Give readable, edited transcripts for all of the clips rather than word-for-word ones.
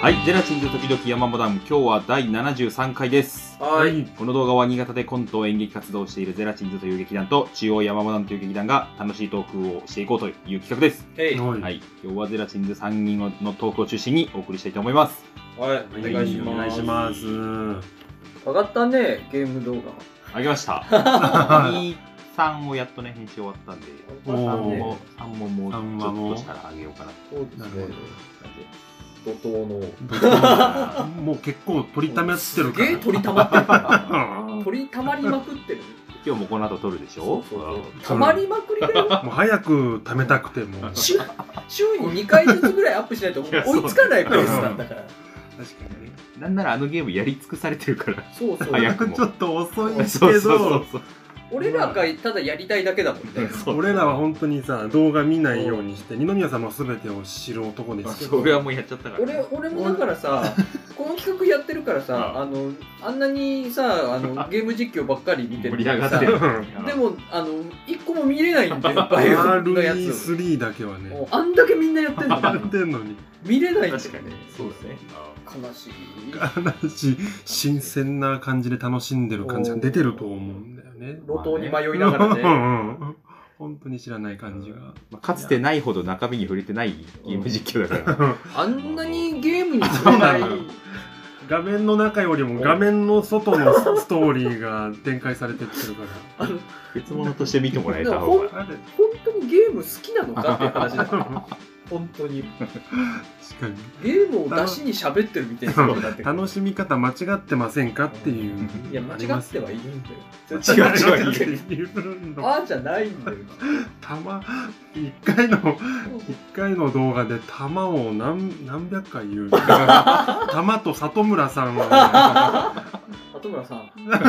はい、ゼラチンズ時々山モダン、今日は第73回です。 はい。 この動画は新潟でコント演劇活動をしているゼラチンズという劇団と中央山モダンという劇団が楽しいトークをしていこうという企画です。はい、今日はゼラチンズ3人のトークを中心にお送りしたいと思います。 はい、お願いします。 お願いします。 上がったね、ゲーム動画。 上げました。2、3をやっとね、編集終わったんで、3ももうちょっとしたら上げようかなと。 そうですね。怒涛のもう結構取りたまってるから。 すげえ取りたまってるから取りたまりまくってる。 今日もこの後撮るでしょ。 たまりまくりだよ。 もう早く貯めたくても週に2回ずつぐらいアップしないと追いつかないペースなんだから。 確かにね。 なんならあのゲームやり尽くされてるから。 そうそう。 早くもちょっと遅いけど。 俺らがただやりたいだけだもんね。 俺らは本当にさ、動画見ないようにして、二宮さんも全てを知る男ですけど。 それはもうやっちゃったから。 俺もだからさ、この企画やってるからさ、あんなにさ、ゲーム実況ばっかり見てる。 盛り上がってる。 でも、一個も見れないんだよ、バイオのやつ。 RE3 だけはね。 あんだけみんなやってんのに。 やってんのに。 見れないんだよね。 確かに。そうですね。 悲しい。 悲しい。新鮮な感じで楽しんでる感じが出てると思うんだよね。 路頭に迷いながらね。 本当に知らない感じが。 かつてないほど中身に触れてないゲーム実況だから。 あんなにゲームに触れない。 画面の中よりも画面の外のストーリーが展開されてってるから。 別物として見てもらえた方が。 本当にゲーム好きなのかっていう話だから。本当に確かにゲームを出しに喋ってるみたいなことになって楽しみ方間違ってませんかっていう。 いや間違ってはいるんだよ。 違うああじゃないんだよ。 一回の動画で玉を何百回言う。玉と里村さんを里村さん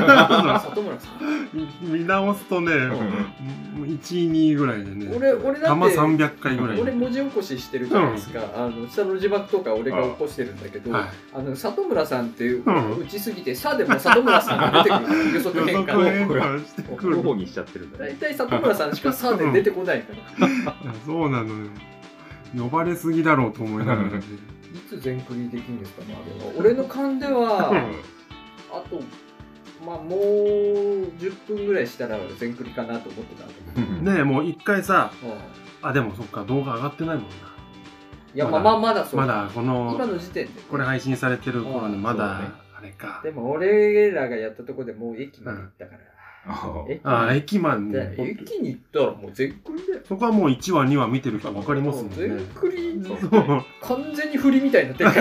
見直すとね、1、2ぐらいでね、 俺だって玉300回ぐらい。 俺文字起こししてるじゃないですか。下の字幕とか俺が起こしてるんだけど、里村さんって打ちすぎてさでも里村さんが出てくる。予測変換してくる方にしちゃってるんだ。 大体里村さんしかさで出てこないから。 そうなのよ。呼ばれすぎだろうと思いながらね。 いつ全クリできるんですかね。俺の勘ではあともう10分ぐらいしたら全クリかなと思ってた。 ねえ、もう一回さ、でもそっか、動画上がってないもんな。 いや、まだそう。 まだこの今の時点でこれ配信されてる頃にまだあれか。 でも俺らがやったとこでもう駅まで行ったから。 駅まで。 駅に行ったらもう全クリだよ。 そこはもう1話2話見てる人分かりますもんね。 全クリ完全に振りみたいになってるから。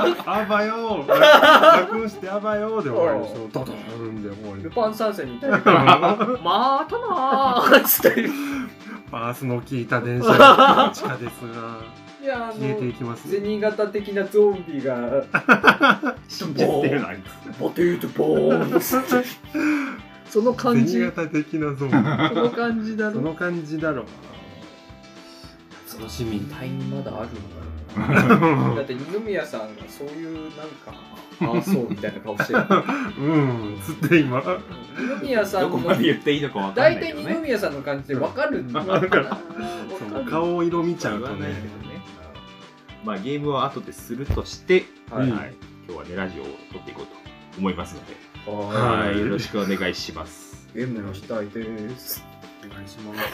あばよー楽してあばよーで終わりでしょ。ドドーンで終わり。 ルパン三世みたいな。またなーっつって。 バースの効いた電車が地下ですが。消えていきます。 銭形的なゾンビが死んじゃってるのあります。 ボテートボーンってその感じ。 銭形的なゾンビ。 その感じだろ。 その感じだろ。楽しみ。 タイムまだあるのかな。だって二宮さんがそういうなんかそうみたいな顔してる。 つって今。 二宮さんのどこまで言っていいのか分かんないけどね。大体二けどね。 宮さんの感じで分かるんだから。 顔色見ちゃうとね。 まあゲームは後でするとして、今日はねラジオを撮っていこうと思いますので、よろしくお願いします。 ゲームがしたいです。 お願いします。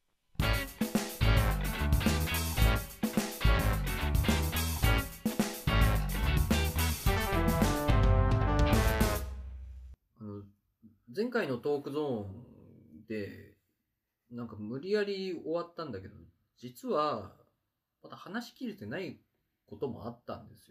前回のトークゾーンでなんか無理やり終わったんだけど、実はまだ話しきれてないこともあったんですよ。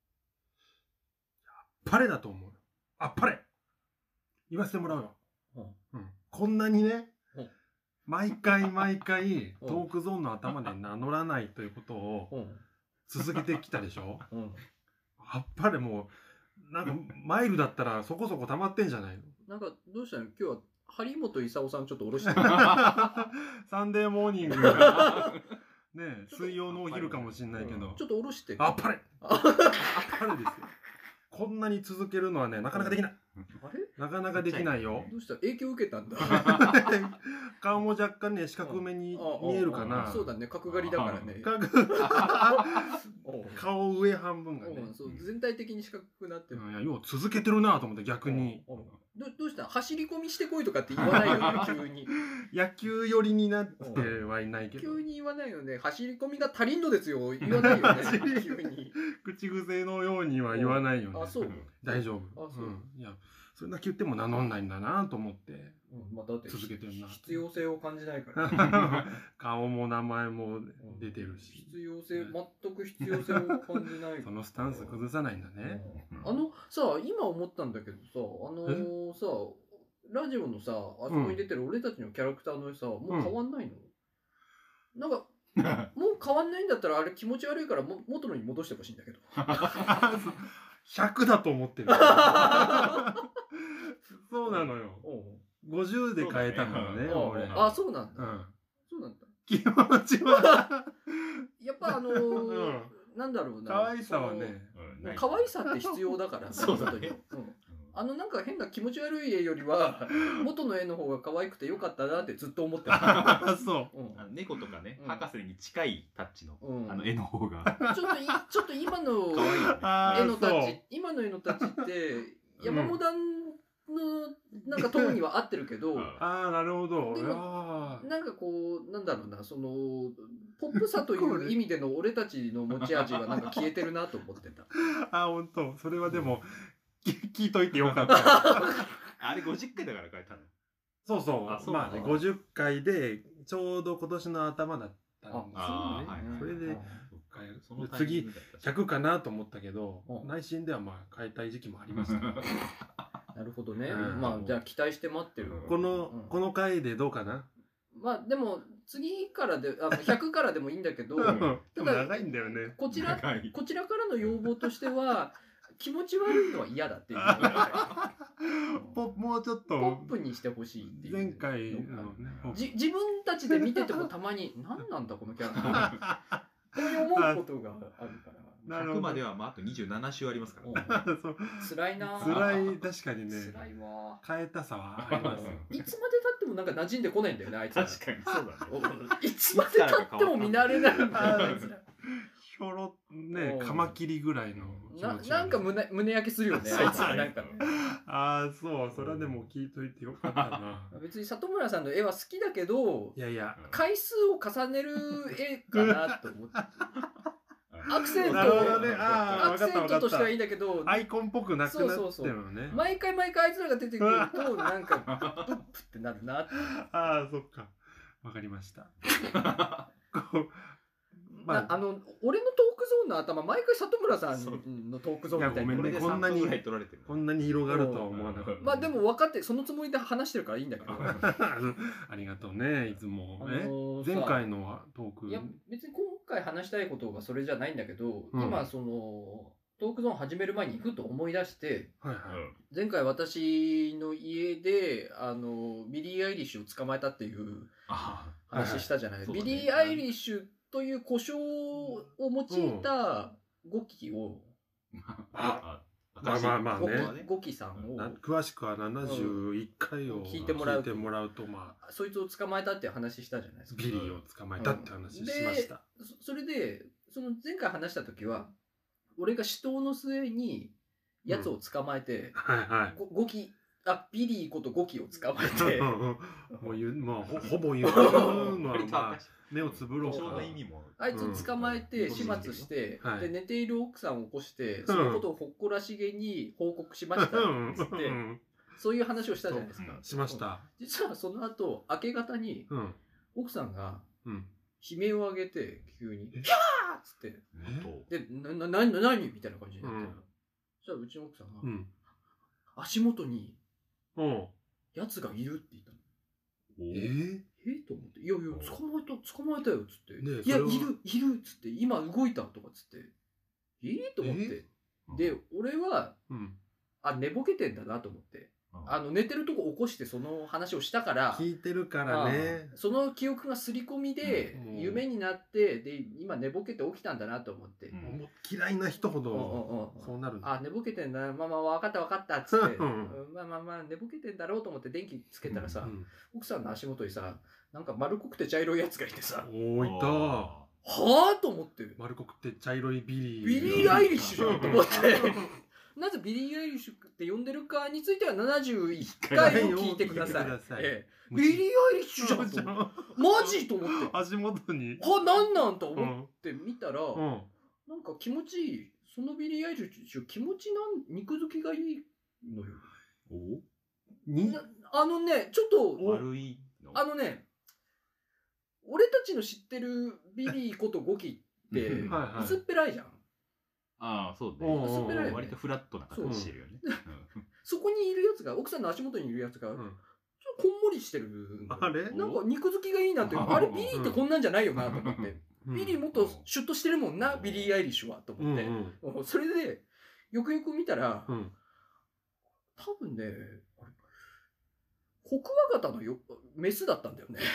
パレだと思う。パレ言わせてもらうよ。こんなにね、毎回トークゾーンの頭で名乗らないということを続けてきたでしょ。パレもうなんかマイルだったらそこそこ溜まってんじゃないの。 なんかどうしたの今日は張本勲さんちょっと下ろしてサンデーモーニングがね、水曜のお昼かもしれないけど、 ちょっと下ろして。 パレですよ。こんなに続けるのはね、なかなかできない。 あれなかなかできないよ。 どうした？影響受けたんだ。 顔も若干ね、四角めに見えるかな。 そうだね、角刈りだからね。 顔上半分がね。 全体的に四角くなってる。 いや、よう続けてるなと思って逆に。 どうした？走り込みしてこいとかって言わないよね、急に。 野球寄りになってはいないけど。 急に言わないよね。走り込みが足りんのですよ。言わないよね、急に。 口癖のようには言わないよね。 あ、そう。 大丈夫。あ、そう。いや、それだけ言っても名乗んないんだなと思って。 まあだって続けてるな。 必要性を感じないから。 顔も名前も出てるし。 必要性、全く必要性を感じない。 そのスタンス崩さないんだね。 さ、今思ったんだけどさ、ラジオのさ、あそこに出てる俺たちのキャラクターのさ、もう変わんないの？なんか、もう変わんないんだったらあれ気持ち悪いから元のに戻してほしいんだけど。 100だと思ってる。そうなのよ。50で変えたのね、俺。 あ、そうなんだ。そうなんだ。 気持ちは。 やっぱなんだろうな。 可愛さはね。 可愛さって必要だから。 そうだね。 なんか変な気持ち悪い絵よりは、元の絵の方が可愛くてよかったなってずっと思ってた。そう。 猫とかね、博士に近いタッチの絵の方が。 ちょっと今の絵のタッチって、山モダンのなんかトーンには合ってるけど、 ああ、なるほど。 なんかこう、なんだろうな、ポップさという意味での俺たちの持ち味はなんか消えてるなと思ってた。 あ、ほんと。それはでも、聞いといてよかった。 あれ50回だから書いたの。 そうそう。まあね、50回で、ちょうど今年の頭だったんですよね。それで、次、100かなと思ったけど、内心ではまあ変えたい時期もありました。 なるほどね。まあ、じゃあ期待して待ってる。 この回でどうかな？ まあ、でも、次からで、100からでもいいんだけど、ただ長いんだよね。 こちらからの要望としては、気持ち悪いのは嫌だっていう。 もうちょっとポップにしてほしいっていう。 前回のね。 自分たちで見ててもたまに、何なんだこのキャラ。そういう思うことがあるから。 100まではあと27週ありますから。 辛いな。 辛い、確かにね。 辛いわ。 変えたさはあります。 いつまで経ってもなんか馴染んでこないんだよね、あいつら。 確かにそうだね。 いつまで経っても見慣れないんだよ、あいつら。 ひょろね、カマキリぐらいのなんか胸焼けするよね、あいつら。なんか。 ああ、そう、それはでも聞いといてよかったな。 別に里村さんの絵は好きだけど、 いやいや、 回数を重ねる絵かなと思って。アクセントとしてはいいんだけど、 アイコンっぽくなくなってるのね。 毎回あいつらが出てくると、なんか、うっぷってなるなって。 ああ、そっか。わかりました。 俺のトークゾーンの頭、毎回里村さんのトークゾーンみたいな。 ごめんね、こんなに広がるとは思わなかった。 まあでも分かって、そのつもりで話してるからいいんだけど。 ありがとうね、いつも。前回のトーク。 いや、別に今回話したいことがそれじゃないんだけど、今、トークゾーン始める前にふと思い出して、前回私の家で、ビリー・アイリッシュを捕まえたっていう話したじゃない。ビリー・アイリッシュという故障を用いた語気を、 まあね、 語気さんを詳しくは71回を聞いてもらうと、まあそいつを捕まえたっていう話したじゃないですか。 ビリーを捕まえたって話しました。 それでその前回話した時は、俺が死闘の末にやつを捕まえて、語気ビリーこと5機を捕まえてもうほぼ言うのはまあ目をつぶろうか。 あいつを捕まえて始末して、で寝ている奥さんを起こして、そのことをほっこらしげに報告しましたっつって、そういう話をしたじゃないですか。 しました。 実はその後明け方に奥さんが悲鳴を上げて急にキャーっつってで何みたいな感じになって、そしたらうちの奥さんが足元にやつがいるって言ったの。と思って、いやいや捕まえたよっつって、いやいるっつって、今動いたとかっつって、と思って、で俺は寝ぼけてんだなと思って、 寝てるとこ起こしてその話をしたから、 聞いてるからね。 その記憶が刷り込みで、夢になって、で、今寝ぼけて起きたんだなと思って。 嫌いな人ほど、そうなる。 寝ぼけてんだ。まあまあ、わかったわかったっつって、まあまあまあ、寝ぼけてんだろうと思って電気つけたらさ、奥さんの足元にさ、なんか丸濃くて茶色いやつがいてさ、 おー、いた。 はぁと思って。 丸濃くて茶色いビリー。 ビリー・アイリッシュじゃんと思って。なぜビリー・アイリッシュって呼んでるかについては71回を聞いてください。ビリー・アイリッシュじゃんと。マジと思って。 足元に。 なんなんと思って見たら、なんか気持ちいい。そのビリー・アイリッシュ気持ち肉付きがいいのよ。ちょっと、 悪いの俺たちの知ってるビリーことゴキって薄っぺらいじゃん。 ああ、そうね。薄っぺらい。割とフラットな形してるよね。 そこにいるやつが、奥さんの足元にいるやつが、ちょっとこんもりしてる。 あれなんか肉付きがいいなって。あれビリーってこんなんじゃないよなと思って。ビリーもっとシュッとしてるもんな、ビリー・アイリッシュはと思って。それで、よくよく見たら、多分ね、コクワガタのメスだったんだよね。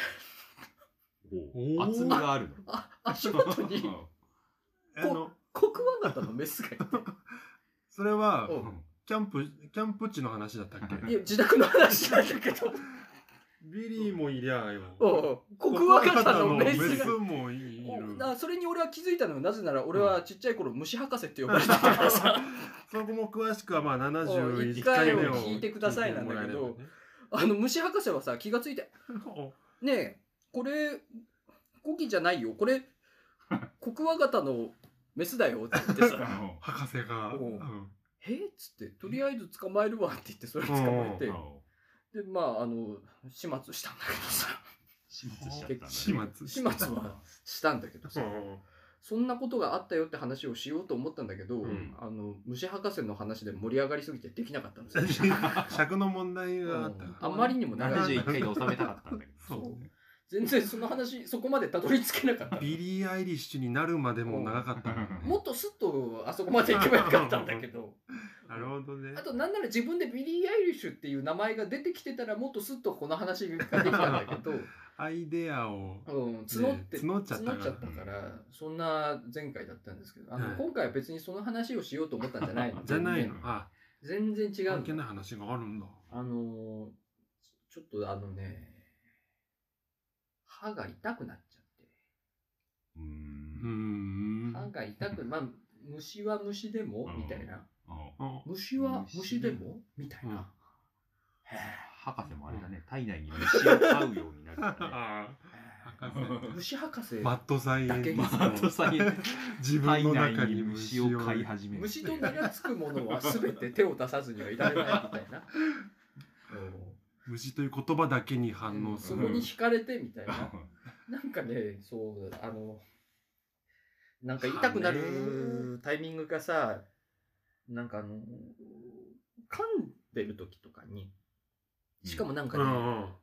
厚みがあるの。 足元に、コクワガタのメスがいて。 それは、キャンプ地の話だったっけ？ いや、自宅の話なんだけど。 ビリーもいりゃあよ。 コクワガタのメスもいる。 それに俺は気づいたのよ。なぜなら俺はちっちゃい頃虫博士って呼ばれてたからさ。 そこも詳しくはまあ71 回目を聞いてくださいなんだけど、虫博士はさ、気がついて、ねえ、これ、コキじゃないよ。これ、コクワガタのメスだよって言ってさ。 博士が。 っつって、とりあえず捕まえるわって言ってそれ捕まえて。で、まあ、始末したんだけどさ。 始末しちゃったんだね。 始末はしたんだけどさ。そんなことがあったよって話をしようと思ったんだけど、虫博士の話で盛り上がりすぎてできなかったんですよ。 尺の問題があった。 あまりにも長い。71回で収めたかったんだけど。 そう。全然その話、そこまでたどり着けなかった。 ビリー・アイリッシュになるまでも長かった。 もっとスッとあそこまで行けばよかったんだけど。 なるほどね。 あとなんなら自分でビリー・アイリッシュっていう名前が出てきてたらもっとスッとこの話ができたんだけど。 アイデアを募っちゃったから、そんな前回だったんですけど、今回は別にその話をしようと思ったんじゃないの。 じゃないの。 全然違う。 関係ない話があるんだ。 ちょっと歯が痛くなっちゃって。歯が痛く、まあ、虫は虫でもみたいな。虫は虫でもみたいな。 博士もあれだね、体内に虫を飼うようになるからね。虫博士マッドサイエンだけマッドサイエン自分の中に虫を飼い始める。 虫と名が付くものは全て手を出さずにはいられないみたいな。 虫という言葉だけに反応する。 そこに惹かれてみたいな。なんかね、そう、なんか痛くなるタイミングがさ、なんか噛んでる時とかに、しかもなんかね、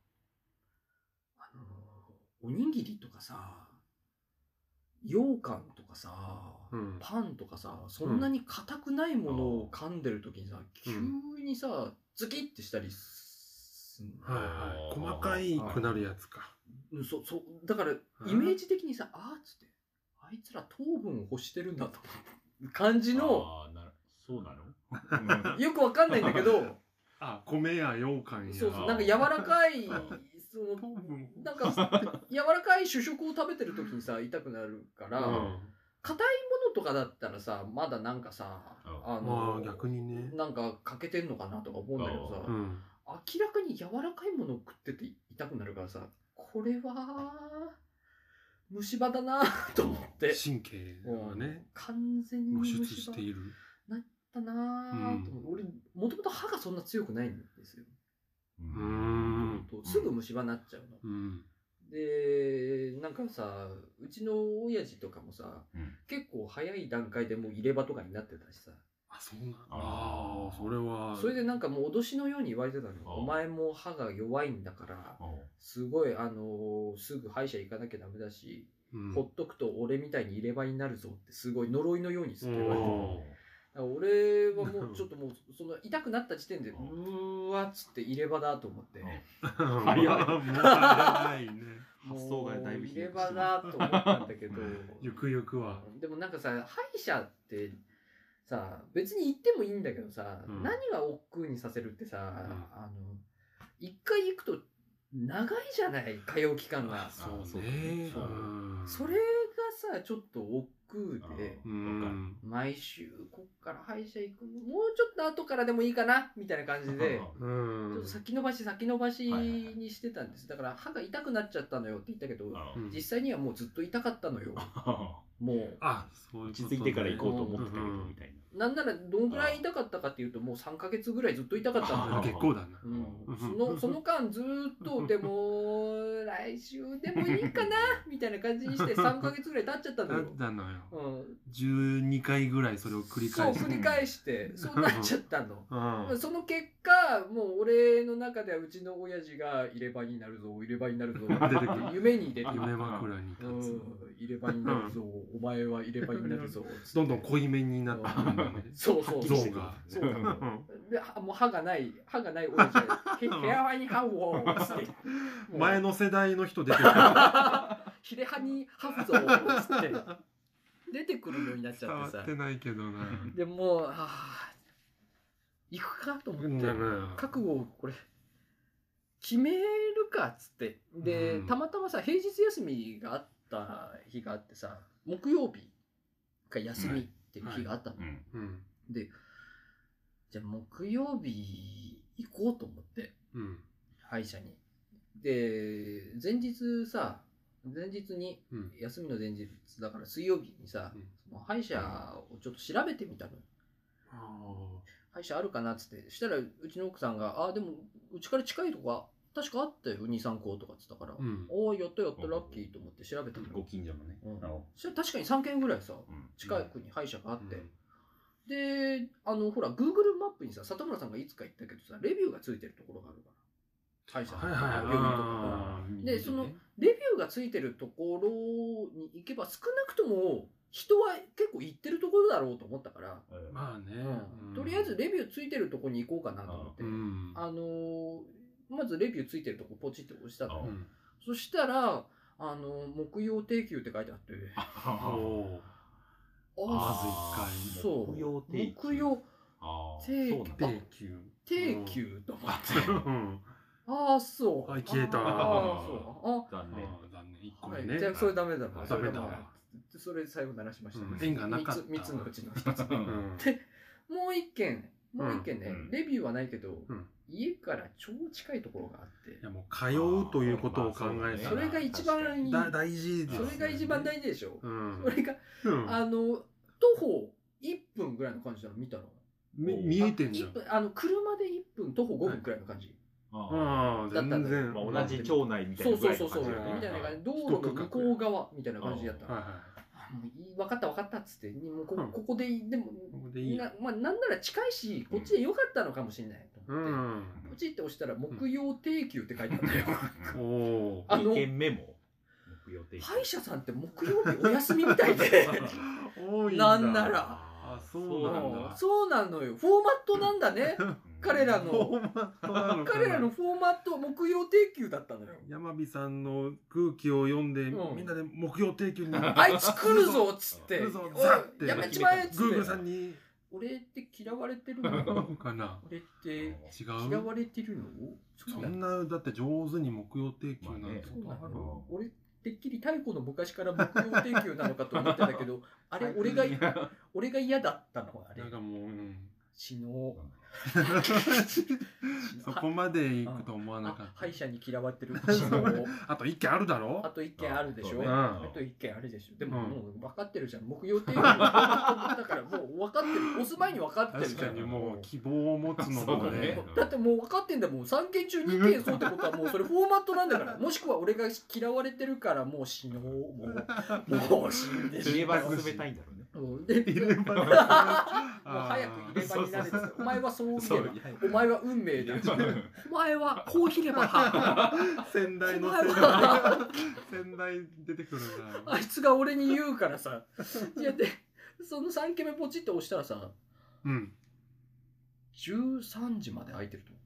おにぎりとかさ、羊羹とかさ、パンとかさ、そんなに硬くないものを噛んでる時にさ、急にさ、ズキッてしたりすんの。 細かいくなるやつか。 だから、イメージ的にさ、つって、あいつら糖分を欲してるんだと思う感じの、 そうなのよくわかんないんだけど、 米や羊羹や。 そうそう、なんか柔らかい、なんか柔らかい主食を食べてる時にさ、痛くなるから、硬いものとかだったらさ、まだなんかさ、 逆にね、 なんか欠けてんのかなとか思うんだけどさ、明らかに柔らかいものを食ってて痛くなるからさ、これは、虫歯だなと思って。 神経はね、 完全に虫歯している。 なったなぁと思って、俺、もともと歯がそんな強くないんですよ。すぐ虫歯になっちゃうの。で、なんかさ、うちの親父とかもさ、結構早い段階でもう入れ歯とかになってたしさ。 そうなんだ。それは。 それでなんかもう脅しのように言われてたのよ。お前も歯が弱いんだから、すごい、すぐ歯医者行かなきゃダメだし、ほっとくと俺みたいに入れ歯になるぞってすごい呪いのようにずっと言われてた。 俺はもうちょっともうその痛くなった時点でうわっつって入れ歯だと思って、 早いね、 発想がだいぶ入れ歯だと思ったんだけどゆくゆくはでもなんかさ歯医者ってさ別に行ってもいいんだけどさ、何が億劫にさせるってさ、一回行くと長いじゃない通う期間が。 そうね。 それがさちょっと億劫で、毎週こっから歯医者行くもうちょっと後からでもいいかなみたいな感じで、ちょっと先延ばしにしてたんです。だから歯が痛くなっちゃったのよって言ったけど、実際にはもうずっと痛かったのよ。もう落ち着いてから行こうと思ってたけどみたいな。 なんならどんぐらい痛かったかっていうともう3ヶ月ぐらいずっと痛かったんだよ。 結構だな。 その間ずっとでも来週でもいいかなみたいな感じにして3ヶ月ぐらい経っちゃったのよ。 経ったのよ。12回ぐらいそれを繰り返して。 そう繰り返してそうなっちゃったの。その結果もう俺の中ではうちの親父が入れ歯になるぞって夢に出てくる。 夢枕に立つ。 入れ歯になるぞお前は入れ歯になるぞ。 どんどん濃いめになってくる。 そう像が。でもう歯がない親父部屋に歯をつって前の世代の人出てくる。 ヒレ歯に歯ふぞつって出てくるようになっちゃってさ。 伝わってないけどな。 でもう行くかと思って覚悟をこれ決めるかっつってでたまたまさ平日休みがあった日があってさ木曜日が休みっていう日があったの。でじゃあ木曜日行こうと思って、歯医者に。で前日に、休みの前日だから水曜日にさ、その歯医者をちょっと調べてみたの。歯医者あるかなっつってしたらうちの奥さんがでもうちから近いとこは確かあったよ 2,3 個とかっつったから、やったラッキーと思って調べたの。 ご近所のね。 そしたら確かに3軒ぐらいさ、近くに歯医者があって、でほら Google マップにさ里村さんがいつか言ったけどさレビューがついてるところがあるから歯医者さんの病院とかでそのレビューがついてるところに行けば少なくとも人は結構行ってるところだろうと思ったから、 まあね、 とりあえずレビューついてるところに行こうかなと思って、まずレビューついてるとこポチって押したの。そしたら木曜定休って書いてあって。 まず1回木曜定休と思ってそう消えた残念 1個目ね。 じゃあそれダメだそれ最後鳴らしました。 縁がなかった 3つのうちの1つでもう一件ねレビューはないけど家から超近いところがあって、 いやもう通うということを考えたらそれが一番大事です。 それが一番大事でしょ。それが徒歩1分ぐらいの感じなの見たの。 見えてんじゃん。 車で1分徒歩5分くらいの感じ。 全然同じ町内みたいなぐらいの感じ。 そうみたいな感じ。道路の向こう側みたいな感じだった。分かったっつってここででもなんなら近いしこっちでよかったのかもしれないと思ってポチって押したら木曜定休って書いてあったんだよ。 2件目も木曜定休。 歯医者さんって木曜日お休みみたいでなんならそうなのよ。フォーマットなんだね。彼らのフォーマット木曜定休だったのよ。 山火さんの空気を読んでみんなで木曜定休にあいつ来るぞっつってやめちまえっつってグーグルさんに俺って嫌われてるのかな。 俺って嫌われてるの。 そんなだって上手に木曜定休なんて俺てっきり太古の昔から木曜定休なのかと思ってたけどあれ俺が嫌だったのあれ。 なんかもう死のう。 そこまで行くと思わなかった。 歯医者に嫌われてる。 あと1件あるだろ。 あと1件あるでしょ。でももう分かってるじゃん。木曜定休だからもう分かってる。押す前に分かってるじゃん。 確かにもう希望を持つのもね。 だってもう分かってんだもん。3件中2件そうってことはもうそれフォーマットなんだから。もしくは俺が嫌われてるからもう死のう。もう死んで入れ歯進めたいんだろうね。 入れ歯もう早く入れ歯になれてお前はそう見えばお前は運命でお前はこうひれば先代の先代出てくるな。 あいつが俺に言うからさいやでその3件目ポチって押したらさ 13時まで空いてると。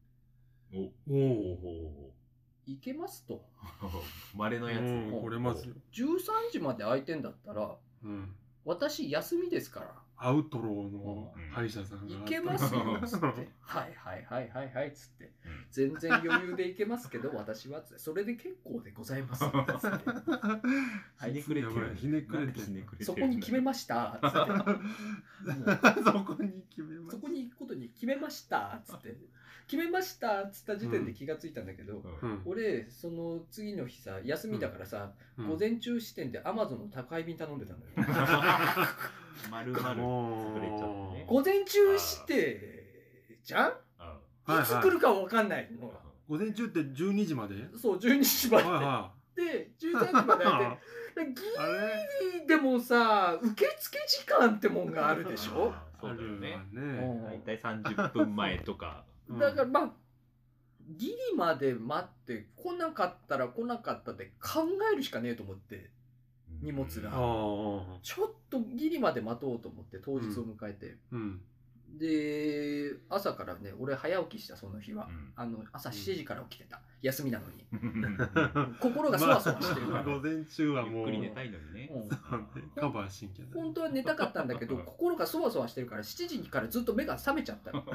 いけますと。 稀のやつ。 これますよ。 13時まで空いてんだったら、私休みですから。 アウトローの歯医者さんが。 いけますよ、つって。はいはいはいはいはい、つって。全然余裕でいけますけど、私は、それで結構でございます。つって。 ひねくれてる。 ひねくれてる。そこに決めました。つって。 そこに決めました。 そこに行くことに決めました。つって。決めましたっつった時点で気がついたんだけど、俺その次の日さ休みだからさ、午前中視点でアマゾンの宅配便頼んでたんだよ。 丸々潰れちゃってね。 午前中してじゃん？いつ来るかわかんないの。 午前中って12時まで？ そう12時まで。で13時までやってギリでもさ受付時間ってもんがあるでしょ？ そうだよね。大体30分前とか。 だからまあギリまで待って来なかったら来なかったで考えるしかねえと思って荷物がちょっとギリまで待とうと思って当日を迎えて、で朝からね俺早起きしたその日は、朝7時から起きてた休みなのに心がそわそわしてるから午前中はもうゆっくり寝たいのにね、 カバーしんけど本当は寝たかったんだけど心がそわそわしてるから7時からずっと目が覚めちゃったの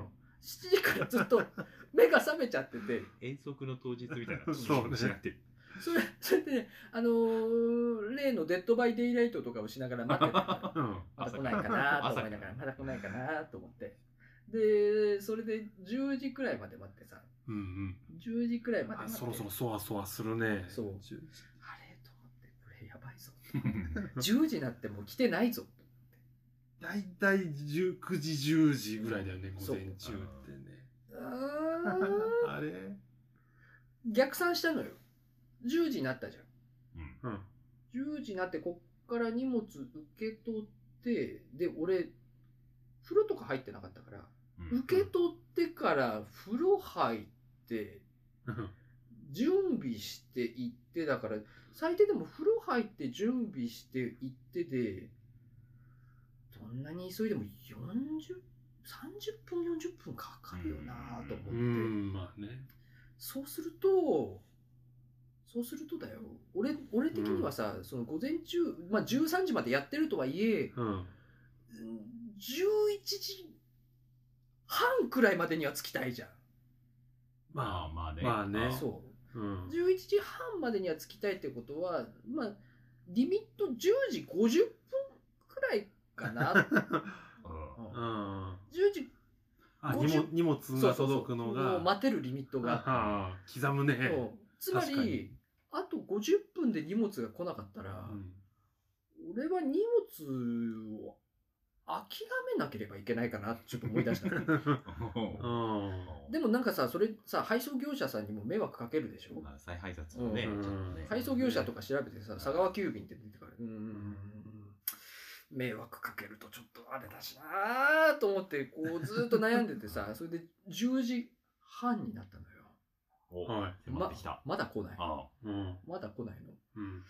7時からずっと目が覚めちゃってて遠足の当日みたいなそうねってるそれでね例のデッドバイデイライトとかをしながら待ってたまだ来ないかなと思いながらまだ来ないかなと思ってでそれで10時くらいまで待ってさ10時くらいまで待ってそろそろそわそわするねそうあれと思ってこれやばいぞ10時になってもう来てないぞだいたい9時10時ぐらいだよね午前中ってねあれ逆算したのよ10時になったじゃん、10時になってこっから荷物受け取ってで俺風呂とか入ってなかったから、受け取ってから風呂入って準備して行ってだから最低でも風呂入って準備して行ってでそんなに急いでも30分40分かかるよなと思って、 まあね、 そうするとだよ俺的にはさ、その午前中、まあ、13時までやってるとはいえ、11時半くらいまでには着きたいじゃん。 まあねそう、11時半までには着きたいってことはまあリミット10時50分くらいかな10時荷物が届くのが待てるリミットが刻むね。 つまりあと50分で荷物が来なかったら、俺は荷物を諦めなければいけないかなってちょっと思い出したでもなんかさそれさ配送業者さんにも迷惑かけるでしょ。 再配達のね、 配送業者とか調べてさ佐川急便って出てから迷惑かけるとちょっとあれだしなと思ってこうずっと悩んでてさそれで10時半になったのよ。まだ来ないまだ来ないの、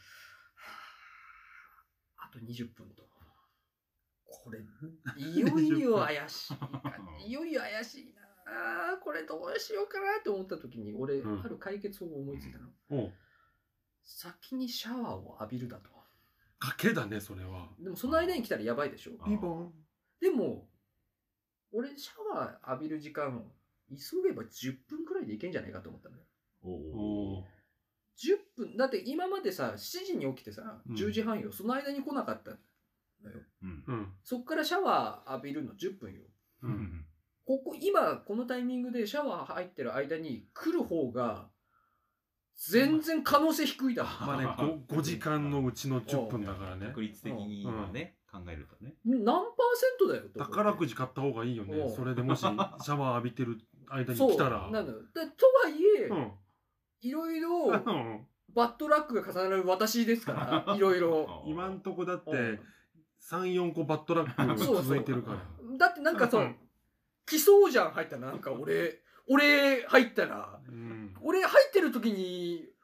あと20分とこれいよいよ怪しいいよいよ怪しいなこれどうしようかなと思った時に俺、ある解決法を思いついたの、先にシャワーを浴びるだと。 賭けだねそれは。 でもその間に来たらやばいでしょ。 ピボン。でも俺シャワー浴びる時間急げば10分くらいでいけんじゃないかと思ったのよ。10分だって今までさ7時に起きてさ10時半よ、その間に来なかったのよ、そっからシャワー浴びるの10分よ、今このタイミングでシャワー入ってる間に来る方が全然可能性低いだろ。 まあね 5時間のうちの10分だからね。 確率的にはね、考えるとね何パーセントだよと。 宝くじ買った方がいいよね。それでもしシャワー浴びてる間に来たら。 そうなの。とはいえ、いろいろバッドラックが重なる私ですからいろいろ。 今んとこだって3、4個バッドラックが続いてるから。 だってなんかさ来そうじゃん入ったらなんか俺入ったら、俺入ってる時に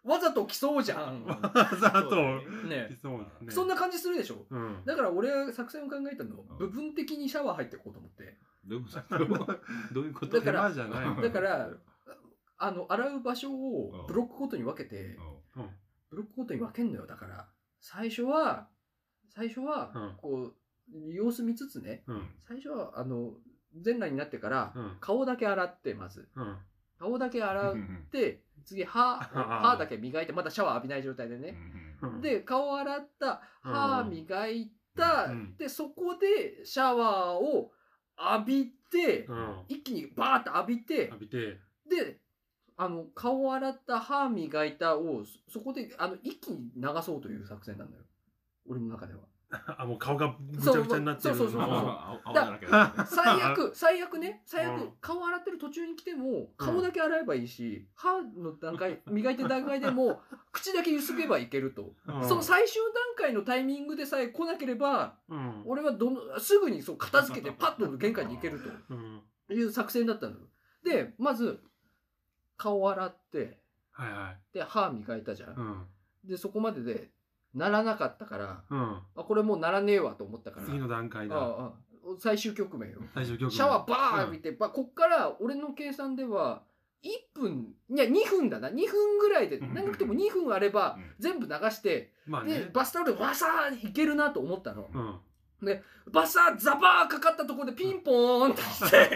わざと来そうじゃん。 わざとね。 来そうだね。 そんな感じするでしょ。だから俺は作戦を考えたの、部分的にシャワー入っていこうと思って。 どういうこと？ だから洗う場所をブロックごとに分けて、ブロックごとに分けんのよ。だから最初はこう様子見つつね、最初は全裸になってから顔だけ洗って、まず顔だけ洗って、次歯だけ磨いて、まだシャワー浴びない状態でね、で顔洗った、歯磨いた、でそこでシャワーを浴びて、一気にバーッと浴びて、で顔洗った歯磨いたをそこで一気に流そうという作戦なんだよ、俺の中では。 もう顔がぐちゃぐちゃになってる。 そう。最悪顔洗ってる途中に来ても顔だけ洗えばいいし、歯の段階磨いてる段階でも口だけゆすげばいけると。その最終段階のタイミングでさえ来なければ、俺はすぐにそう片付けてパッと玄関に行けるという作戦だったの。でまず顔洗って、で歯磨いたじゃん。でそこまででならなかったから、これもうならねえわと思ったから、 次の段階だ。 最終局面よ。 シャワーバー浴びて、こっから俺の計算では1分いや2分だな、2分ぐらいで、長くても2分あれば全部流して、でバスタオルでワサーいけるなと思ったの。でバサーザバーかかったところでピンポーンってして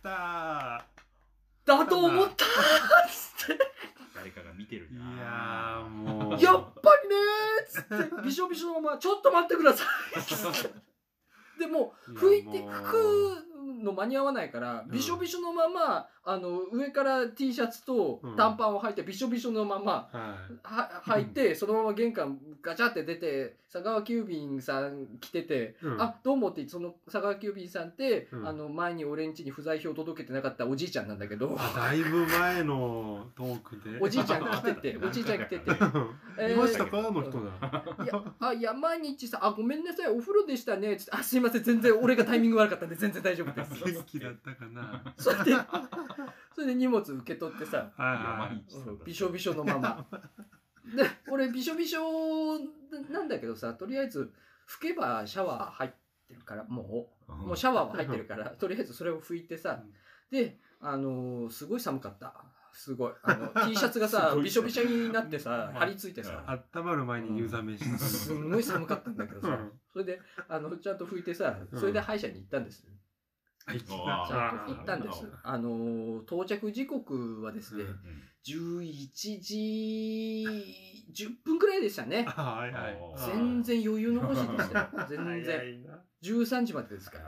だと思ったっつって誰かが見てるな。 いやもうやっぱりねーっつってびしょびしょのままちょっと待ってくださいでも拭いて拭くの間に合わないからびしょびしょのまま上から T シャツと短パンを履いてびしょびしょのまま履いてそのまま玄関ガチャって出て佐川急便さん来ててどうもってその佐川急便さんって前に俺ん家に不在票届けてなかったおじいちゃんなんだけどだいぶ前のトークでおじいちゃん来てていましたかの人だいや毎日さごめんなさいお風呂でしたねつってすいません全然俺がタイミング悪かったんで全然大丈夫です元気だったかなそれで荷物受け取ってさびしょびしょのままで俺びしょびしょなんだけどさとりあえず拭けばシャワー入ってるからもうシャワーは入ってるからとりあえずそれを拭いてさですごい寒かったすごいT シャツがさびしょびしょになってさ張り付いてさ温まる前に湯冷めしたすんごい寒かったんだけどさそれでちゃんと拭いてさそれで歯医者に行ったんですちゃんと行ったんです。到着時刻はですね、11時10分くらいでしたね。全然余裕の星でしたよ。全然。13時までですから。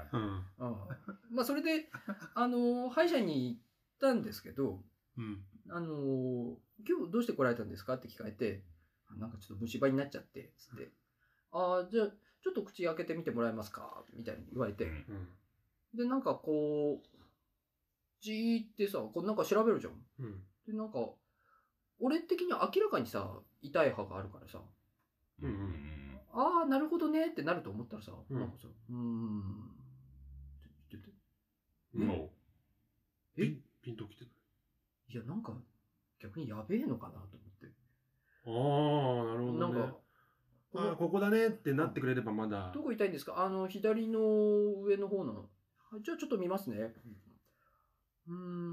それで、歯医者に行ったんですけど、今日どうして来られたんですかって聞かれて、なんかちょっと虫歯になっちゃって、つって、じゃあ、ちょっと口開けてみてもらえますかみたいに言われて、でなんかこうじーってさなんか調べるじゃん、でなんか俺的には明らかにさ痛い歯があるからさ、なるほどねってなると思ったらさ、なんかさって言っててピンときてない。 いやなんか逆にやべえのかなと思って。なるほどね。なんかここだねってなってくれればまだ。 どこ痛いんですか？左の上の方の。じゃあちょっと見ますね。み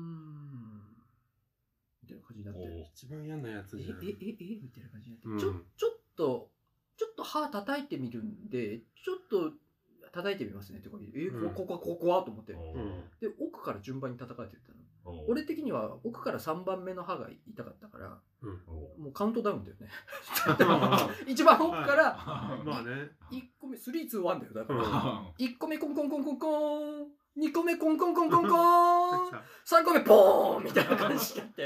たいな感じになって。 一番嫌なやつじゃん。 みたいな感じになって。ちょっと歯叩いてみるんで、ちょっと叩いてみますねってここはと思って。で、奥から順番に叩かれてったの。俺的には奥から3番目の歯が痛かったから、もうカウントダウンだよね。一番奥から、1個目、3、2、1だよ。だから、1個目コンコンコンコンコン、2個目コンコンコンコンコン、3個目ポーンみたいな感じになって。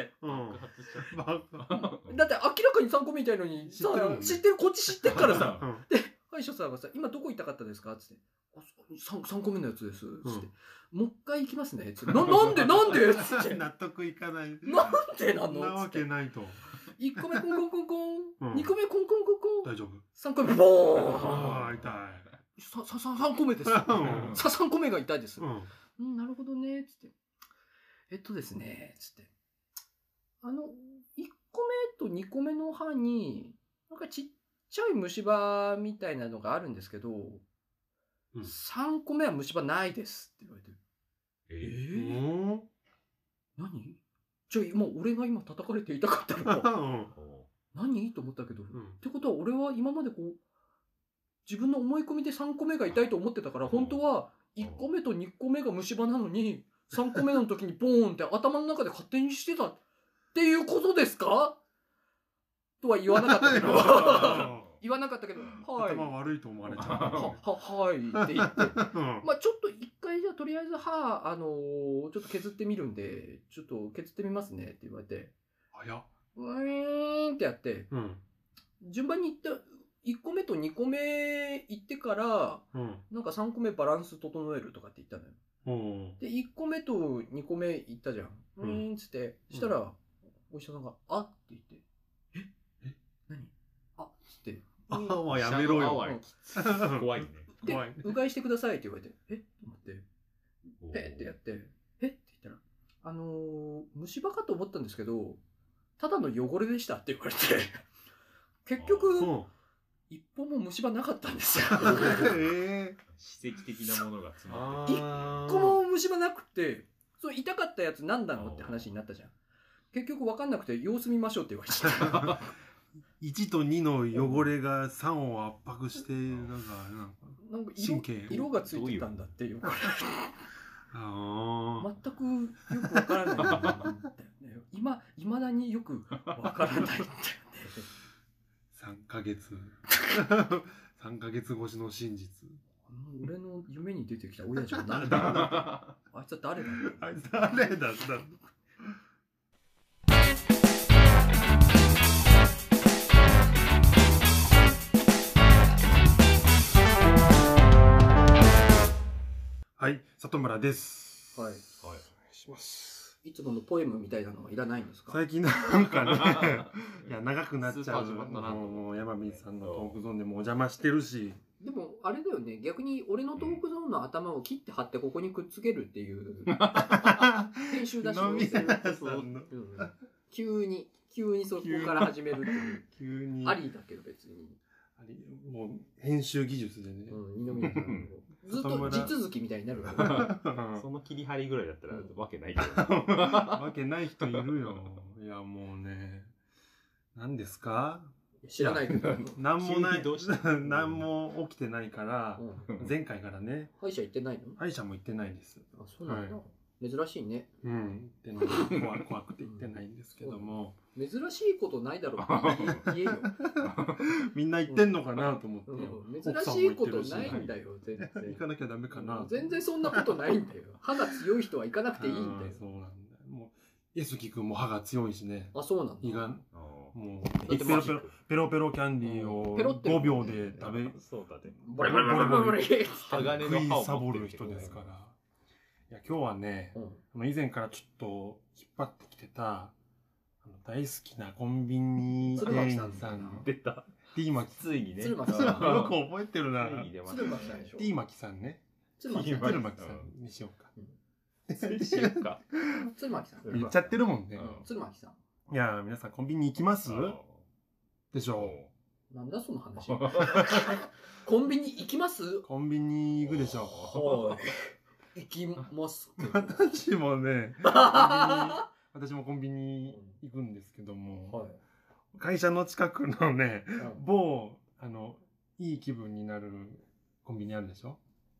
だって明らかに3個目みたいのに、知ってる、こっち知ってるからさ。で、歯医者さんがさ、今どこ痛かったですかって言って。3個目のやつです。つって。もう一回行きますね。つって。なんでつって。 納得いかない。 なんでなの？ なわけないと。 1個目コンコンコンコン。2個目コンコンコンコン。 大丈夫。 3個目ボーン。 痛い。 3個目です。3個目が痛いです。なるほどね。つって。ですね。つって。1 個目と2個目の歯に、なんかちっちゃい虫歯みたいなのがあるんですけど、3個目は虫歯ないですって言われて。何？じゃあもう俺が今叩かれて痛かったの何と思ったけど、ってことは俺は今までこう、自分の思い込みで3個目が痛いと思ってたから、本当は1個目と2個目が虫歯なのに、3個目の時にボーンって頭の中で勝手にしてたっていうことですかとは言わなかったけど言わなかったけど、はい。 頭悪いと思われちゃう。 はいって言って。まあちょっと一回じゃあとりあえず歯、ちょっと削ってみるんで、ちょっと削ってみますねって言われて。 早っ。 ウィーンってやって、順番に行った、1個目と2個目行ってから、なんか3個目バランス整えるとかって言ったのよ。で、1個目と2個目行ったじゃん。ウィーンっつって、したら、お医者さんが、あって言って、え何あっつって、 あはやめろよ。 怖いね。 で、うがいしてくださいって言われて、と思って、ペッってやって、って言ったら、虫歯かと思ったんですけど、ただの汚れでしたって言われて、結局、一本も虫歯なかったんですよ。 奇跡的なものが詰まって一個も虫歯なくて、そう痛かったやつ何なのって話になったじゃん。結局分かんなくて様子見ましょうって言われちゃった。 1と2の汚れが3を圧迫して、なんか神経色がついてたんだっていう。全くよく分からないんだよね。いまだによく分からないんだよね。 3ヶ月越しの真実。 俺の夢に出てきた親父は何だあいつは誰だあいつ誰だったのはい、里村です。 はい。 お願いします。 いつものポエムみたいなのはいらないんですか？ 最近なんかね、いや長くなっちゃう。もう山美さんのトークゾーンでもお邪魔してるし。 でもあれだよね、逆に俺のトークゾーンの頭を切って貼ってここにくっつけるっていう編集だし、急にそこから始めるっていう。 急にありだけど別に。 もう編集技術でね。 ずっと地続きみたいになるその切り張りぐらいだったらわけないけど。 わけない人いるよ。いやもうね、何ですか？ 知らないけど。 何もない。何も起きてないから、前回からね。 歯医者行ってないの？ 歯医者も行ってないです。 あ、そうなんだ。珍しいね。 うん。ってのは怖くて言ってないんですけども。 珍しいことないだろう。言えよ。 みんな言ってんのかなと思って。 珍しいことないんだよ、全然。 行かなきゃダメかな。 全然そんなことないんだよ。歯が強い人は行かなくていいんだよ。 そうなんだよ。もう、エスキ君も歯が強いしね。 あ、そうなんだ。 もう、ペロペロキャンディーを5秒で食べ、 そうだね。 ボリボリボリボリ食いサボる人ですから。いや、今日はね、以前からちょっと引っ張ってきてた、大好きなコンビニ店員さん。 出た。 ティーマキ。 ついにね。 よく覚えてるな。 鶴巻さんでしょ。 ティーマキさんね。 鶴巻さんにしようか。 しようか。 鶴巻さん。 言っちゃってるもんね。 鶴巻さん。 いや、皆さんコンビニ行きますでしょう。なんだその話。コンビニ行きます？ コンビニ行くでしょ。 はい。行きます。 私もね、私もコンビニ行くんですけども、会社の近くのね、某、いい気分になるコンビニあるでしょ？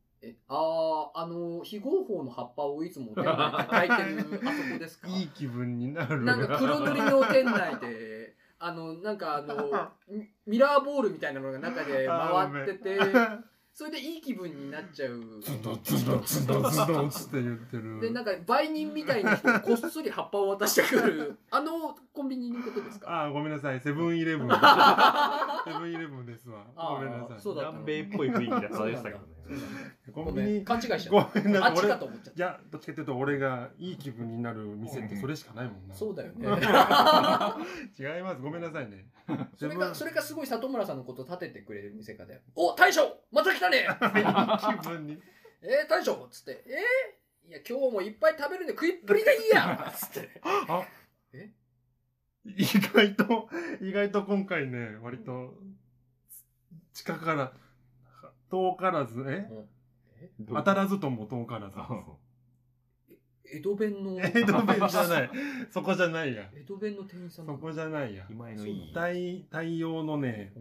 非合法の葉っぱをいつも店内で炊いてるあそこですか？ いい気分になる。 なんか黒塗りの店内で、なんかミラーボールみたいなのが中で回ってて、それでいい気分になっちゃう。 ズドズドズドズドって言ってる。 で、なんか売人みたいな人がこっそり葉っぱを渡してくる、コンビニのことですか？ ああ、ごめんなさい。セブンイレブン。セブンイレブンですわ。ごめんなさい。 南米っぽい雰囲気でそうでしたけどね。 コンビニ勘違いしちゃった。 ごめんなさい。 あっちかと思っちゃった。 いや、どっちかっていうと俺がいい気分になる店ってそれしかないもんな。 そうだよね。 違います。ごめんなさいね。 それかすごい里村さんのこと立ててくれる店かで。お、大将また来たね。 気分に。 大将つって、いや今日もいっぱい食べるんで食いっぷりがいいやつって。 意外と今回ね、割と、近から遠からず、当たらずとも遠からず。 江戸弁の。 江戸弁じゃない。そこじゃないや。 江戸弁の店員さん。 そこじゃないや。 今のいい。 対応のね、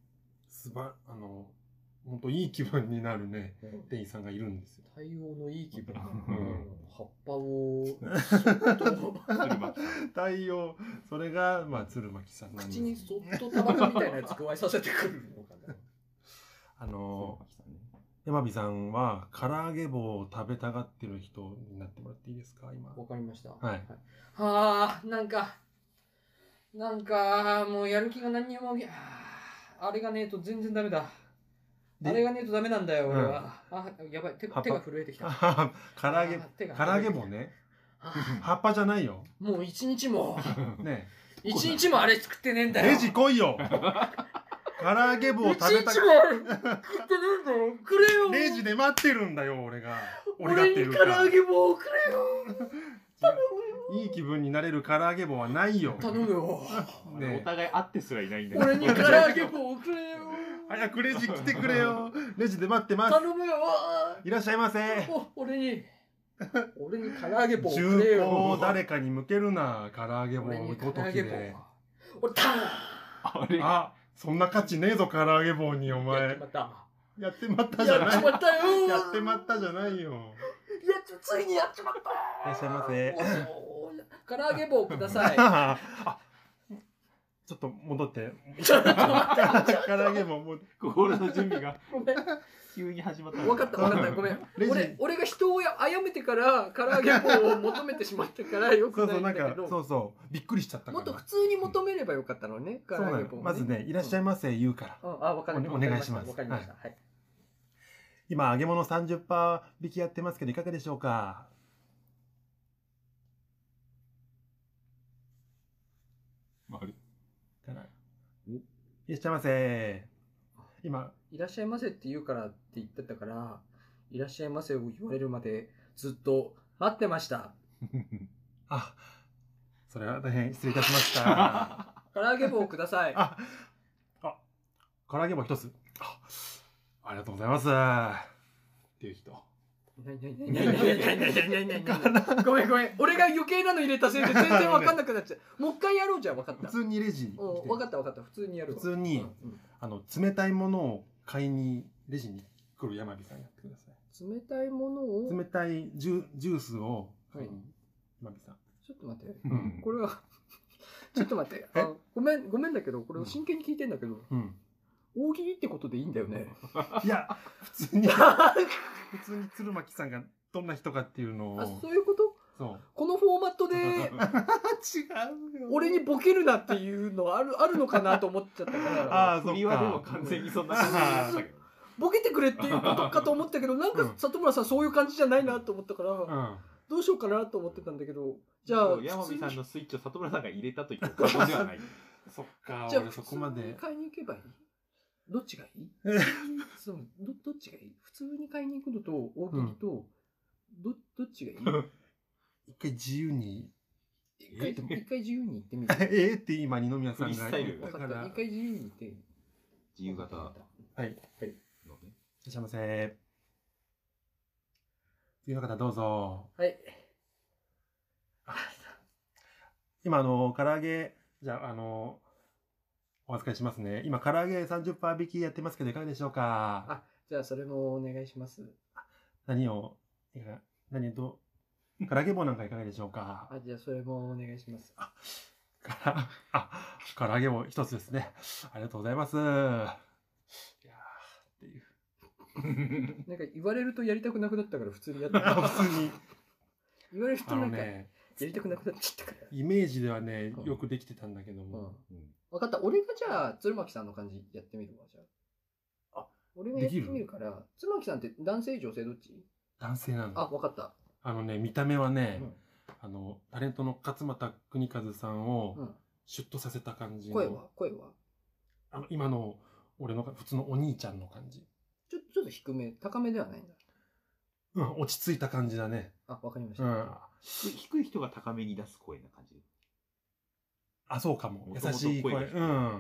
ほんといい気分になるね、店員さんがいるんですよ。 対応のいい気分。葉っぱを、 対応、それが、まあ、鶴巻さんなんです。 口にそっとタバコみたいなやつ加えさせてくるのかな。 山火さんは、唐揚げ棒を食べたがってる人になってもらっていいですか、今。 わかりました。 はい。 はあ、なんか、もうやる気が何にも、あれがねえと全然ダメだ。あれがねえとダメなんだよ、俺は。やばい、手が震えてきた。 唐揚げ棒ね。葉っぱじゃないよ。 もう一日も。 ね一日もあれ作ってねえんだよ。 レジ来いよ。唐揚げ棒食べた一日も食ってねえんだよ。くれよ。 レジで待ってるんだよ、俺が。 俺に唐揚げ棒をくれよ。頼むよ。いい気分になれる唐揚げ棒はないよ。 頼むよ。 お互い会ってすらいないんだけど。 俺に唐揚げ棒をくれよ。 早くレジ来てくれよ。レジで待ってます。 頼むよ。 いらっしゃいませ。 俺に唐揚げ棒をくれよ。 銃口を誰かに向けるな、唐揚げ棒をごときで。あ、そんな価値ねえぞ、唐揚げ棒に、お前。やってまったじゃない。 やっちまったよ。 やってまったじゃないよ。 ついにやっちまった。いらっしゃいませ。 唐揚げ棒ください。ちょっと戻って。 ちょっと待って。 唐揚げ棒も心の準備が急に始まった。 分かった。ごめん。俺が人を殺めてから唐揚げ棒を求めてしまったからよくないんだけど。 そう。びっくりしちゃったから。 もっと普通に求めればよかったのね。唐揚げ棒。 まずね、いらっしゃいませ言うから。 分かりました。 お願いします。 分かりました。はい。 今、揚げ物 30% 引きやってますけど、いかがでしょうか？いらっしゃいませ。今、 いらっしゃいませって言うからって言ってたから、いらっしゃいませを言われるまでずっと待ってました。 あ、それは大変失礼いたしました。 唐揚げ棒ください。 唐揚げ棒一つ。ありがとうございます。っていう人。 ごめん。俺が余計なの入れたせいで全然分かんなくなっちゃう。もう一回やろうじゃん、分かった。 普通にレジ。 分かった。普通にやる。 普通に、冷たいものを買いに、レジに来る山火さんやってください。 冷たいものを冷たいジュースを買いに、山火さん。 ちょっと待って。これは、ちょっと待って。ごめんだけど、これ真剣に聞いてんだけど。大喜利ってことでいいんだよね。 いや、普通に鶴巻さんがどんな人かっていうのを。 そういうこと？そう。このフォーマットで、違うよ。俺にボケるなっていうのあるのかなと思っちゃったから。 振りはでも完全にそんな感じでしたけど。 ボケてくれっていうことかと思ったけど、なんか里村さんそういう感じじゃないなと思ったから、どうしようかなと思ってたんだけど、じゃあ。 山火さんのスイッチを里村さんが入れたという過言ではない。 そっか、 じゃあそこまで。買いに行けばいい？どっちがいい？どっちがいい？普通に買いに行くのと大喜利と、どっちがいい？ 一回自由に。 一回自由に行ってみる。 って今二宮さんが。 スタイル。 一回自由に行って。 自由形。 はい。いらっしゃいませ。次の方どうぞ。 はい。 今唐揚げ、じゃあお預かりしますね。今、唐揚げ 30% 引きやってますけど、いかがでしょうか？ じゃあ、それもお願いします。 唐揚げ棒なんかいかがでしょうか？ じゃあ、それもお願いします。 唐揚げ棒一つですね。ありがとうございます。いやー、っていう。 なんか言われるとやりたくなくなったから普通にやってた。 普通に。 言われるとなんかやりたくなくなっちゃったから。 イメージではね、よくできてたんだけども。 分かった。俺がじゃあ、鶴巻さんの感じやってみるわ、じゃあ。俺がやってみるから、鶴巻さんって男性女性どっち？ 男性なんだ。 分かった。 見た目はね、タレントの勝俣邦和さんをシュッとさせた感じの。 声は今の俺の普通のお兄ちゃんの感じ。 ちょっと低め、高めではないんだ。 落ち着いた感じだね。 わかりました。 低い人が高めに出す声な感じ。 あ、そうかも。優しい声。うん。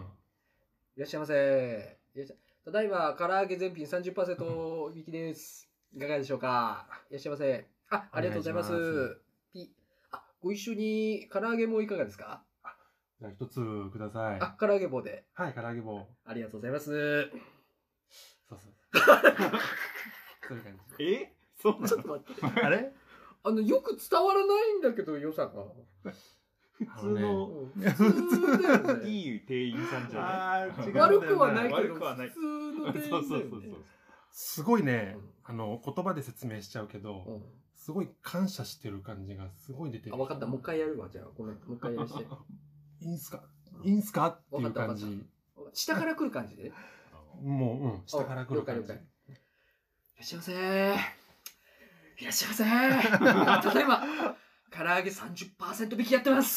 いらっしゃいませ。ただいま、唐揚げ全品 30% 引きです。いかがでしょうか。いらっしゃいませ。ありがとうございます。ご一緒に唐揚げもいかがですか。 じゃあ一つください。 唐揚げ棒で。 はい、唐揚げ棒。 ありがとうございます。 そう。そういう感じ。そうなの？ ちょっと待って。 あれ？ よく伝わらないんだけど、良さが。 普通だよね。いい店員さんじゃない。 悪くはないけど、普通の店員さん。そう。 すごいね、言葉で説明しちゃうけど、すごい感謝してる感じがすごい出てる。 分かった。もう一回やるわ。じゃあ、ごめん。もう一回やらして。 いいんすかっていう感じ。 下から来る感じで。 もう、下から来る感じ。 了解。いらっしゃいませ。いらっしゃいませ。ただいま、唐揚げ 30% 引きやってます。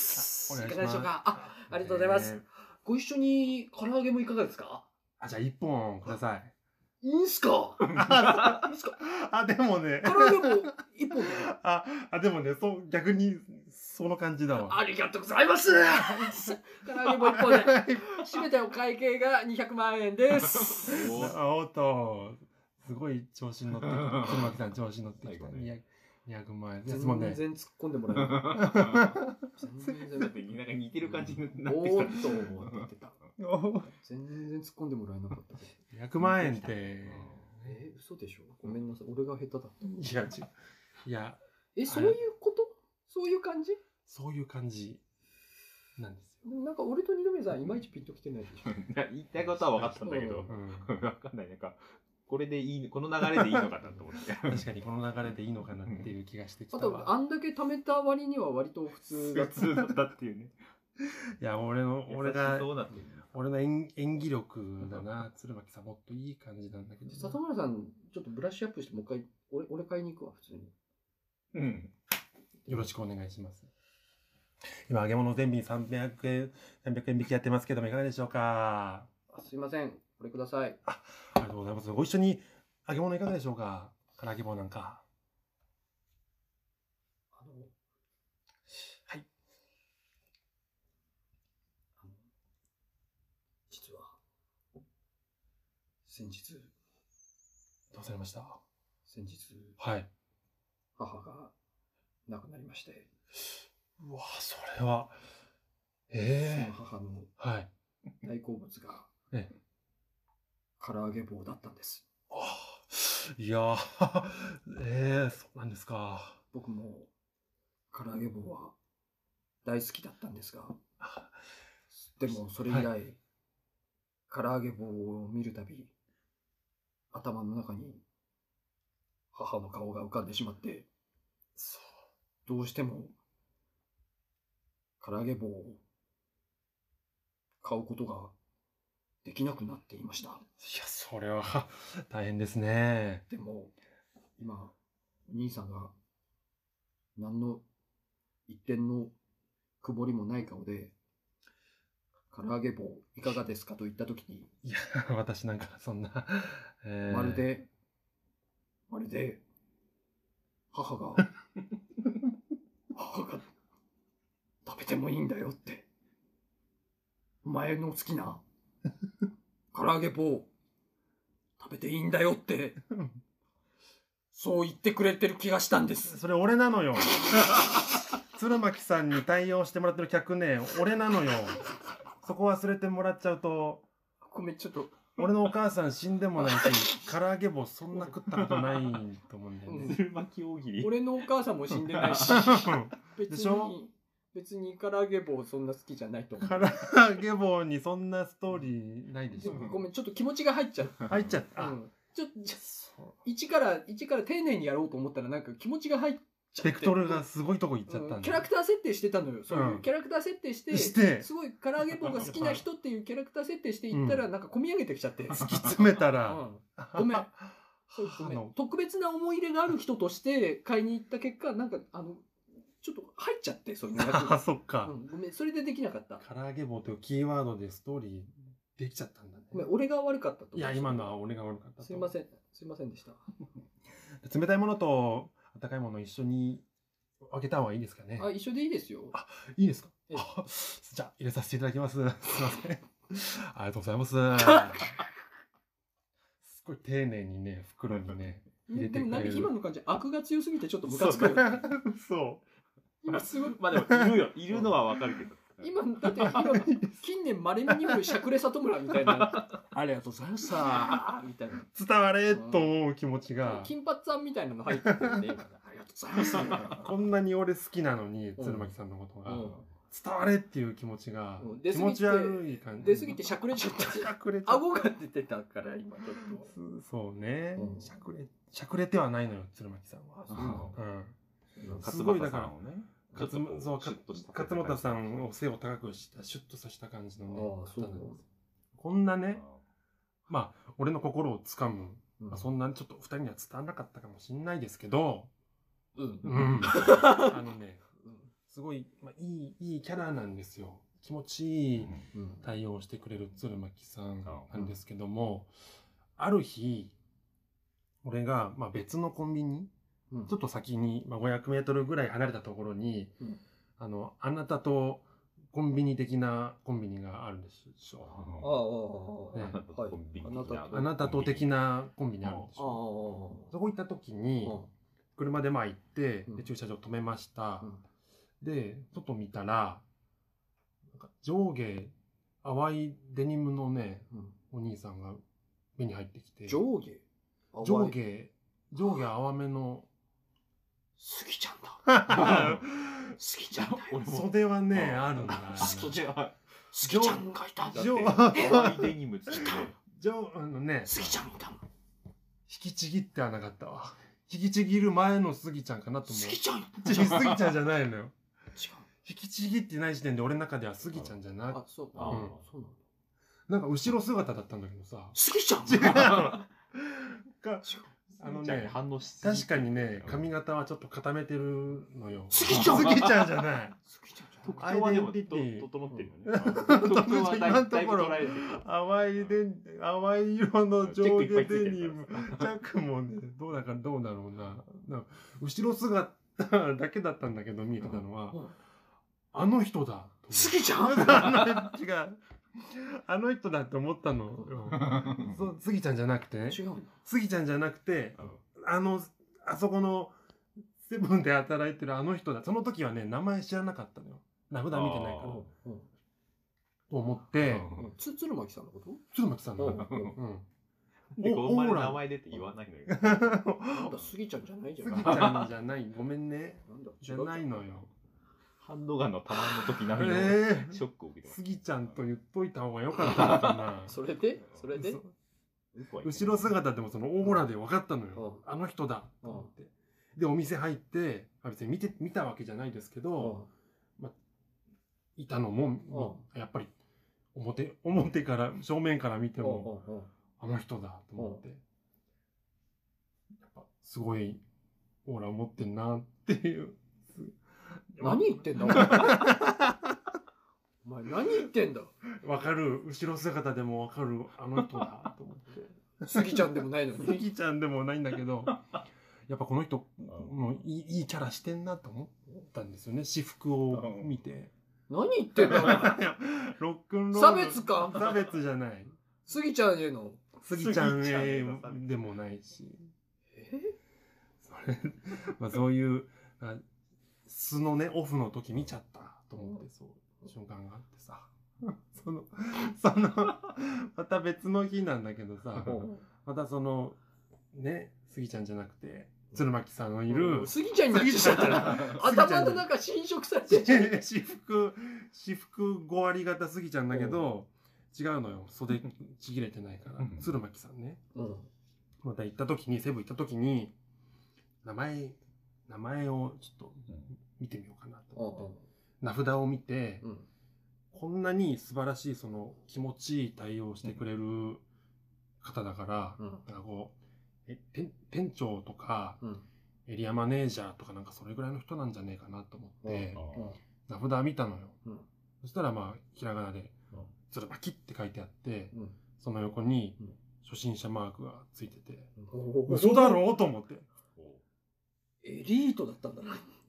いかがでしょうか。ありがとうございます。ご一緒に唐揚げもいかがですか。 じゃあ1本ください。 いいんすか。 でもね。 唐揚げも1 本でもね、逆に、その感じだわ。 ありがとうございます。唐揚げも1本で。締めてお会計が200万円です。 おっと、すごい調子に乗ってきた。鶴巻さん調子に乗ってきた。200万円ですもんね。 全然突っ込んでもらえない。 全然。なんか似てる感じになってきた。 全然突っ込んでもらえなかった。 200万円って。 嘘でしょ。ごめんなさい。俺が下手だった。 いや。 そういうこと？そういう感じ？ そういう感じなんですよ。 でもなんか俺と二宮さんいまいちピンときてないでしょ。 言いたいことは分かったんだけど、分かんない。なんかこれでいい、この流れでいいのかなと思って。 確かにこの流れでいいのかなっていう気がしてきたわ。 あとあんだけ貯めた割には割と普通だったっていうね。 いや、俺の演技力だな。鶴巻さんもっといい感じなんだけど。 里村さんちょっとブラッシュアップしてもう一回俺買いに行くわ普通に。 よろしくお願いします。今揚げ物全品300円引きやってますけどもいかがでしょうか。 すいません、これください。 ありがとうございます。ご一緒に揚げ物いかがでしょうか。唐揚げ棒なんか。はい。 実は先日。 どうされました？ 先日。 はい。 母が亡くなりまして。 うわ、それは。 その母の大好物が唐揚げ棒だったんです。 いやそうなんですか。 僕も唐揚げ棒は大好きだったんですが、でもそれ以来、唐揚げ棒を見るたび頭の中に母の顔が浮かんでしまって、どうしても唐揚げ棒を買うことができなくなっていました。いや、 それは大変ですね。 でも今お兄さんが何の一点の曇りもない顔で唐揚げ棒いかがですかと言ったときに、 いや、私なんかそんな、 まるで母が食べてもいいんだよって、お前の好きな唐揚げ棒食べていいんだよってそう言ってくれてる気がしたんです。 それ俺なのよ。鶴巻さんに対応してもらってる客ね、俺なのよ。そこ忘れてもらっちゃうと。 ごめん、ちょっと俺のお母さん死んでもないし、唐揚げ棒そんな食ったことないと思うんだよね。 鶴巻大喜利。 俺のお母さんも死んでないしでしょ。 別に唐揚げ棒そんな好きじゃないと思う。 唐揚げ棒にそんなストーリーないでしょ。 ごめん、ちょっと気持ちが入っちゃった。一から丁寧にやろうと思ったらなんか気持ちが入っちゃって。 ベクトルがすごいとこ行っちゃったんだ。 キャラクター設定してたのよ。そういうキャラクター設定して、すごい唐揚げ棒が好きな人っていうキャラクター設定していったらなんか込み上げてきちゃって。 突き詰めたら。 ごめん。特別な思い入れがある人として買いに行った結果、なんかちょっと入っちゃって、そういうの。 そっか。 ごめん、それでできなかった。 唐揚げ棒というキーワードでストーリーできちゃったんだね。 ごめん、俺が悪かったと。 いや、今のは俺が悪かったと。 すいませんでした。 冷たいものと温かいもの一緒に分けた方がいいですかね。 一緒でいいですよ。 いいですか。 じゃあ入れさせていただきます。すいません。ありがとうございます。すごい丁寧にね、袋にね、入れてくれる。 でもなんか今の感じ、アクが強すぎてちょっとムカつくよ。 そう。 今すごい。 まあでもいるよ。いるのはわかるけど。 今、だって近年まれに見るしゃくれ里村みたいな。ありがとうございましたみたいな。 伝われと思う気持ちが。 金髪さんみたいなの入ってるんで、ありがとうございますみたいな。 こんなに俺好きなのに、鶴巻さんのことが。伝われっていう気持ちが、気持ち悪い感じ。 出過ぎてしゃくれちゃった。しゃくれちゃった。顎が出てたから、今ちょっと。そうね。しゃくれてはないのよ、鶴巻さんは。すごいだから、勝俣さんを背を高くしたシュッとさせた感じのね。こんなね、まあ俺の心をつかむ、そんなちょっと2人には伝わらなかったかもしれないですけど、あのね、すごいいいキャラなんですよ。気持ちいい対応してくれる鶴巻さんなんですけども、ある日俺が別のコンビニ、ちょっと先に、500メートルぐらい離れたところに、あなたとコンビニ的なコンビニがあるんでしょ。あなたと的なコンビニあるんでしょ。そこ行った時に、車で行って、駐車場止めました。で、外見たら、上下淡いデニムのね、お兄さんが目に入ってきて。 上下淡めの、 スギちゃんだ。スギちゃんだよ。 袖はね、あるんだ。 スギちゃんがいた。 淡いデニムってね。 スギちゃんいたの。 引きちぎってはなかったわ。引きちぎる前のスギちゃんかなと思う。 スギちゃんスギちゃんじゃないのよ。引きちぎってない時点で俺の中ではスギちゃんじゃなくて。あ、そうか。なんか後ろ姿だったんだけどさ。 スギちゃん違う。確かにね、髪型はちょっと固めてるのよ。 スギちゃんじゃない。 特徴はでも整ってるよね。 今のところ淡い色の上下デニム。チャックもね、どうだろうな。後ろ姿だけだったんだけど見えてたのは、あの人だ。 スギちゃん違う。あの人だって思ったのよ。スギちゃんじゃなくて、スギちゃんじゃなくて、あそこのセブンで働いてるあの人だ。その時はね、名前知らなかったのよ。名札見てないから。と思って。 鶴巻さんのこと？ 鶴巻さんの。 で、この前名前出て言わないのよ。 なんだ、スギちゃんじゃないじゃん。 スギちゃんじゃない。ごめんね。じゃないのよ。 ハンドガンの弾の時並みのショックを受けてます。 スギちゃんと言っといた方がよかったのかな。 それで後ろ姿でもそのオーラで分かったのよ。あの人だと思って。で、お店入って、別に見たわけじゃないですけど、いたのも、やっぱり表から、正面から見ても、あの人だと思って。やっぱすごいオーラを持ってんなっていう。 何言ってんだお前何言ってんだ。 わかる。後ろ姿でもわかる。あの人だと思って。 スギちゃんでもないのに。 スギちゃんでもないんだけど、やっぱこの人もいいキャラしてんなと思ったんですよね。私服を見て。 何言ってんだロックンロール。 差別か。 差別じゃない。 スギちゃんへの。 スギちゃんへでもないし。そういう、素のね、オフの時見ちゃったと思って、そう瞬間があってさ。また別の日なんだけどさ、またね、スギちゃんじゃなくて、鶴巻さんのいる。 スギちゃんになっちゃったら、頭の中侵食されてる。私服5割方スギちゃんだけど、違うのよ。袖ちぎれてないから。鶴巻さんね。またセブン行った時に、名前をちょっと見てみようかなと思って。名札を見て、こんなに素晴らしい気持ちいい対応してくれる方だから、なんかこう、店長とか、エリアマネージャーとかなんかそれぐらいの人なんじゃねえかなと思って、名札見たのよ。そしたらひらがなで、鶴巻って書いてあって、その横に初心者マークがついてて、嘘だろうと思って。 エリートだったんだな。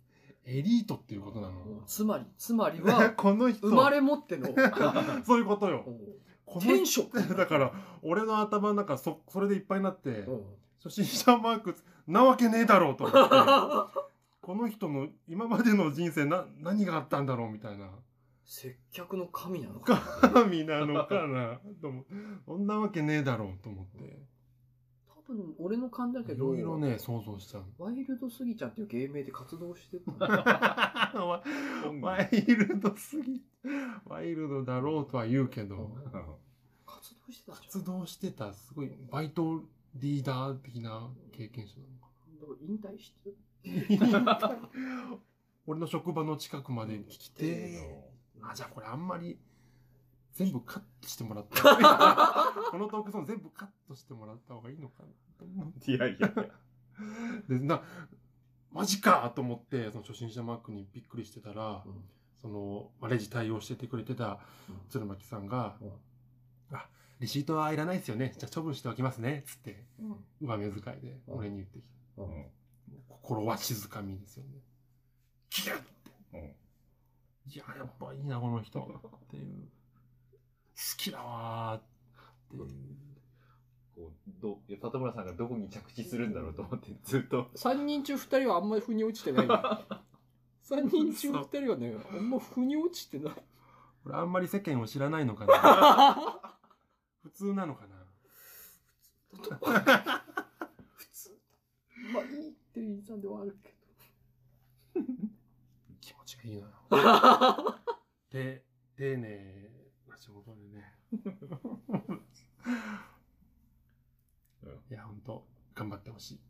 エリートっていうことなの。 つまりはこの人生まれ持ってのそういうことよ。 天職だから俺の頭の中それでいっぱいになって、初心者マークなわけねえだろうと思ってこの人の今までの人生何があったんだろうみたいな。 接客の神なのかな神なのかなと思って、そんなわけねえだろうと思って。 多分俺の勘だけど、 いろいろね想像しちゃう。 ワイルドスギちゃんっていう芸名で活動してたワイルドすぎ、ワイルドだろうとは言うけど、 活動してた。 活動してた、すごいバイトリーダー的な経験者なのかな。だから引退してる。 俺の職場の近くまで来て、じゃあこれあんまり全部カットしてもらったこのトークゾーン全部カットしてもらった方がいいのかなと思って。 いやでマジかと思って、その初心者マークにびっくりしてたら、そのレジ対応しててくれてた鶴巻さんが、レシートはいらないですよね、じゃあ処分しておきますねっつって、上目遣いで俺に言ってきた。心は静かみですよね。ギュッて、いややっぱいいなこの人っていう、好きだわーっていう。 里村さんがどこに着地するんだろうと思ってずっと。 3人中2人はあんまり腑に落ちてない。3人中2人はね、あんま腑に落ちてない。 これあんまり世間を知らないのかな普通なのかな普通。まあいい店員さんではあるけど。 気持ちがいいなで、丁寧な仕事でねいや、ほんと頑張ってほしい。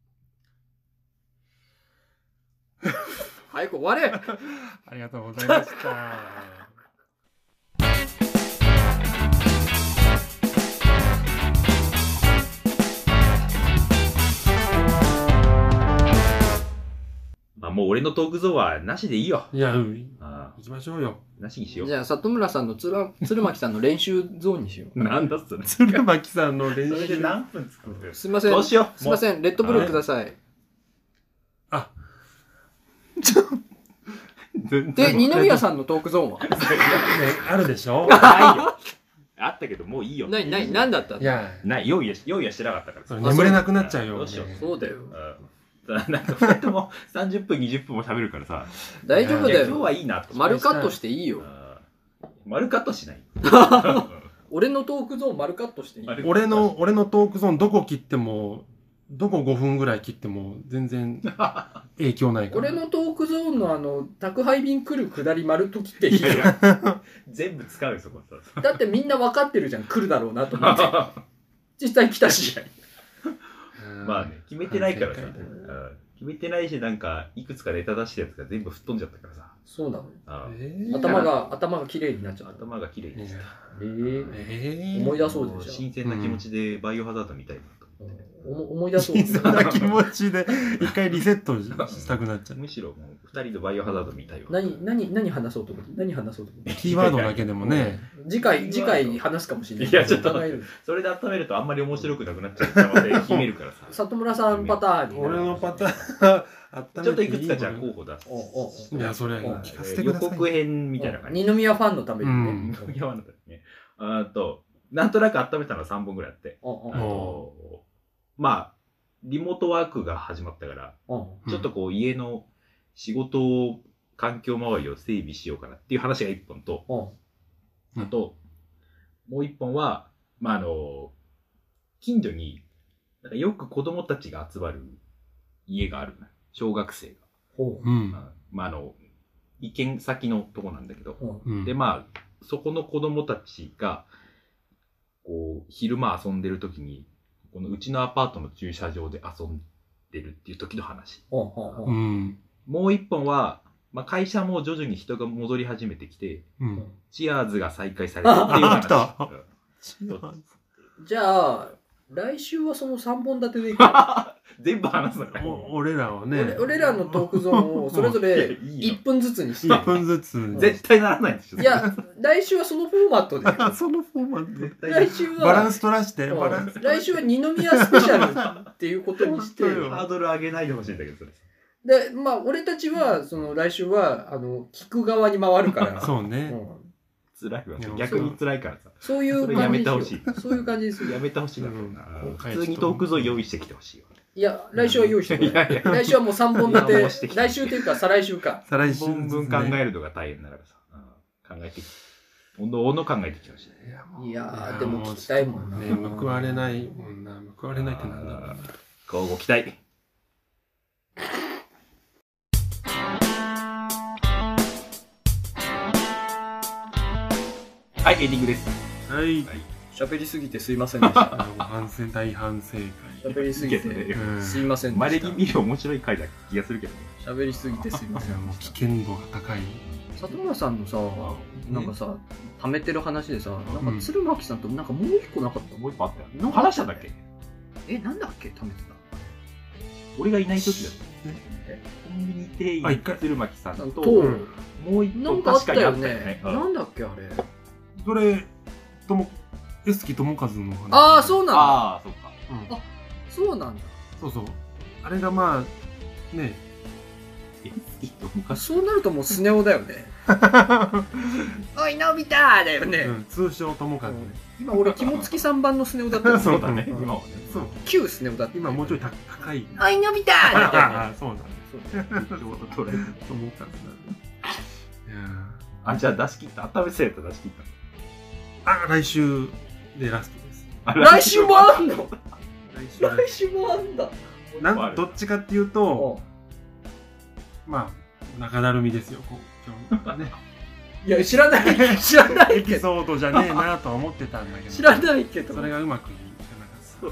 早く終われありがとうございましたもう俺のトークゾーンはなしでいいよ。 いや、行きましょうよ。 なしにしよう。 じゃあ里村さんの鶴巻さんの練習ゾーンにしよう。 なんだそれ。 鶴巻さんの練習。 それで何分作る？ すいません。 どうしよう。 すいません。レッドブルーください。で、二宮さんのトークゾーンはあるでしょ？ ないよ。あったけどもういいよ。 何だったの？ いや、 用意はしてなかったから。 眠れなくなっちゃうよ。 どうしよう。 そうだよ。 なんか2人とも30分20分も喋るからさ。 大丈夫だよ。 今日はいいなと。 丸カットしていいよ。 丸カットしない。 俺のトークゾーン丸カットしていい。 俺のトークゾーンどこ切っても、どこ5分ぐらい切っても全然影響ないから。 俺のトークゾーンの宅配便来る下り丸と切っていいよ。 全部使うよそこ。 だってみんな分かってるじゃん、来るだろうなと思って。実際来たし。 まあね、決めてないからさ。決めてないし、なんか、いくつかネタ出したやつが全部吹っ飛んじゃったからさ。 そうなの。頭が綺麗になっちゃった。 頭が綺麗になっちゃった。 思い出そうでしょ。 新鮮な気持ちでバイオハザード見たいなと思って。 思い出そう。 新鮮な気持ちで一回リセットしたくなっちゃう。 むしろもう2人でバイオハザード見たいわ。 何話そうと思って。 キーワードだけでもね。 次回話すかもしれない。 いやちょっとそれで温めるとあんまり面白くなくなっちゃう可能性秘めるからさ。 里村さんパターンに。 俺のパターンちょっといくつかじゃあ候補出す。 いやそれ聞かせてください。 予告編みたいな感じ。 二宮ファンのためにね。 二宮ファンのためにね。なんとなく温めたのは3本ぐらいあって。まあリモートワークが始まったから、ちょっとこう家の仕事環境周りを整備しようかなっていう話が1本と、あと、もう1本は、近所に、なんかよく子供たちが集まる家があるのよ。小学生が。意見先のとこなんだけど、で、そこの子供たちが、こう、昼間遊んでる時に、このうちのアパートの駐車場で遊んでるっていう時の話。もう一本は、会社も徐々に人が戻り始めてきて、チアーズが再開されたっていう話。 じゃあ、来週はその3本立てでいく。 全部話すのか。 俺らはね。 俺らのトークゾーンをそれぞれ1分ずつにして。 1分ずつ。 絶対ならないでしょ。 いや、来週はそのフォーマットで。 そのフォーマットで。 来週は。 バランス取らして。 来週は二宮スペシャルっていうことにして。 ハードル上げないでほしいんだけど、それ。 で、まあ、俺たちは、来週は、聞く側に回るから。 そうね。 辛いわ。逆に辛いからさ。 そういう感じ。 やめてほしい。 そういう感じですよ。 やめてほしいな。普通にトークゾーン用意してきてほしいよ。 いや、来週は用意してくれ。来週はもう3本立て。来週っていうか、再来週か。 再来週。 3本分考えるのが大変ならさ。考えてきて。おの考えてきてほしい。いやー、でも聞きたいもんな。 報われないもんな。報われないってなんだろうな。 こうご期待。はい、エンディングです。 はい。 喋りすぎてすいませんでした。 大反省会。 喋りすぎてすいませんでした。 まれに見る面白い回だ気がするけどね。 喋りすぎてすいません。 もう危険度が高い。 里村さんのさ、なんかさ、溜めてる話でさ、なんか鶴巻さんとなんかもう一個なかった？ もう一個あったよね。話したんだっけ？ なんだっけ？溜めてた。 俺がいない時だった。コンビニ店員鶴巻さんともう一個確かにあったよね。なんだっけあれ。 それ江月智和の話。 ああ、そうなんだ。 ああ、そうか。 あ、そうなんだ。 そうそう。あれがまあね。 そうなるともうスネ夫だよね。おいのび太だよね。 通称智和ね。 今俺肝付き3番のスネ夫だったよ。 そうだね。今はね。 そう。 旧スネ夫だった。 今もうちょい高い。 おいのび太だったよね。 ああ、そうなんだ。そう。智和だね。 あ、じゃあ出し切った。温めせやった出し切った。 あ、来週でラストです。 来週もあんの？来週もあんだ。 どっちかっていうと、まあ、中だるみですよ、今日ね。 いや、知らないエピソードじゃねえなとは思ってたんだけど。 知らないけど。 それがうまくいかなかった。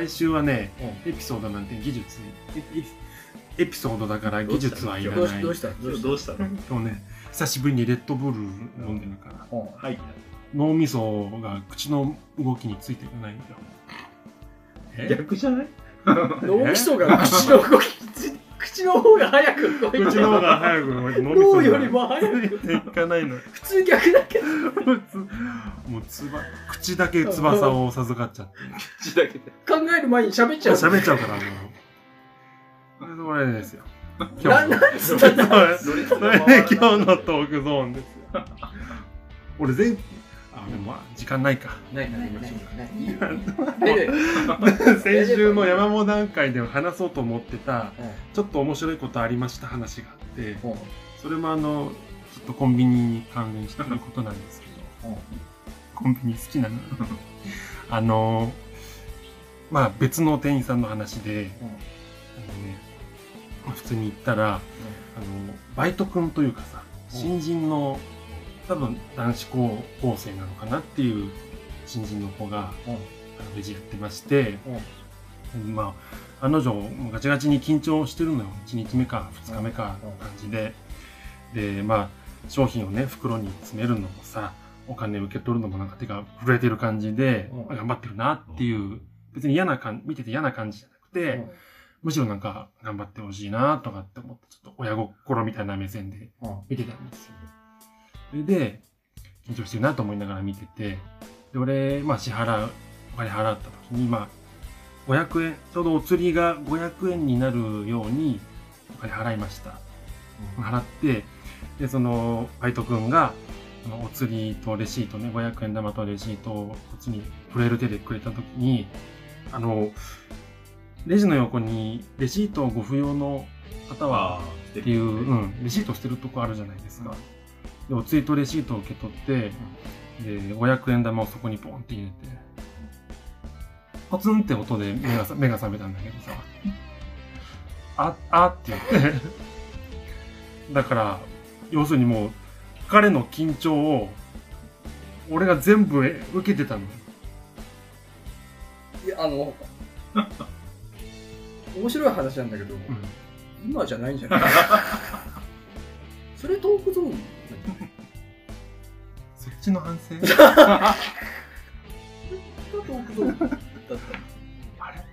来週はね、エピソードなんて技術、エピソードだから技術はいらない。 どうしたの？ 今日ね、久しぶりにレッドブル飲んでるから、はい、脳みそが口の動きについていかないんだよ。 逆じゃない？ 脳みそが口の動きについて、口の方が早く動いてる。 口の方が早く動いて、 脳よりも早くいかないの。 普通逆だけど。 もう口だけ翼を授かっちゃって。 口だけで。考える前に喋っちゃう。 喋っちゃうからもう。それですよ。 なんつったんだ。 それね、今日のトークゾーンですよ。俺でも時間ないか。 ない先週の山本段階で話そうと思ってた、ちょっと面白いことありました話があって、それもちょっとコンビニに関連してることなんですけど、コンビニ好きなの。まあ別の店員さんの話で、普通に行ったら、バイト君というかさ、新人の多分男子高校生なのかなっていう新人の子がレジやってまして、まあ女もガチガチに緊張してるのよ。1日目か2日目かの感じで、でまあ商品をね袋に詰めるのもさ、お金受け取るのもなんか手が震えてる感じで、頑張ってるなっていう、別に見てて嫌な感じじゃなくて、むしろなんか頑張ってほしいなとかって思って、ちょっと親心みたいな目線で見てたんですよ。それで、緊張してるなと思いながら見てて、で、俺、まあお金払った時に、まあ、500円、ちょうどお釣りが500円になるようにお金払いました。払って、で、その、バイト君が、お釣りとレシートね、500円玉とレシートをこっちに触れる手でくれた時に、レジの横にレシートをご不要の方はっていう、レシートしてるとこあるじゃないですか。でお釣りとレシートを受け取って、で500円玉をそこにポンって入れて、ポツンって音で目が覚めたんだけどさ、あって言ってだから要するにもう彼の緊張を俺が全部受けてたのよ。 いや面白い話なんだけど、今じゃないんじゃない？それトークゾーン。 そっちの反省？トークゾーンだった。 あれ？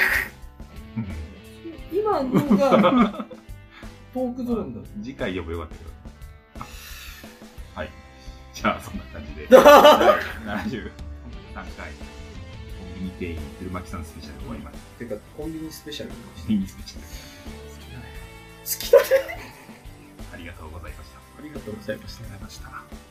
今のがトークゾーンだ。 次回呼べばよかったけど。はい。じゃあそんな感じで73回コンビニ店員鶴巻さんスペシャル終わります。 てかコンビニスペシャル。 コンビニスペシャル。好きだね。 りがとうございました。 ありがとうございました。 ありがとうございました。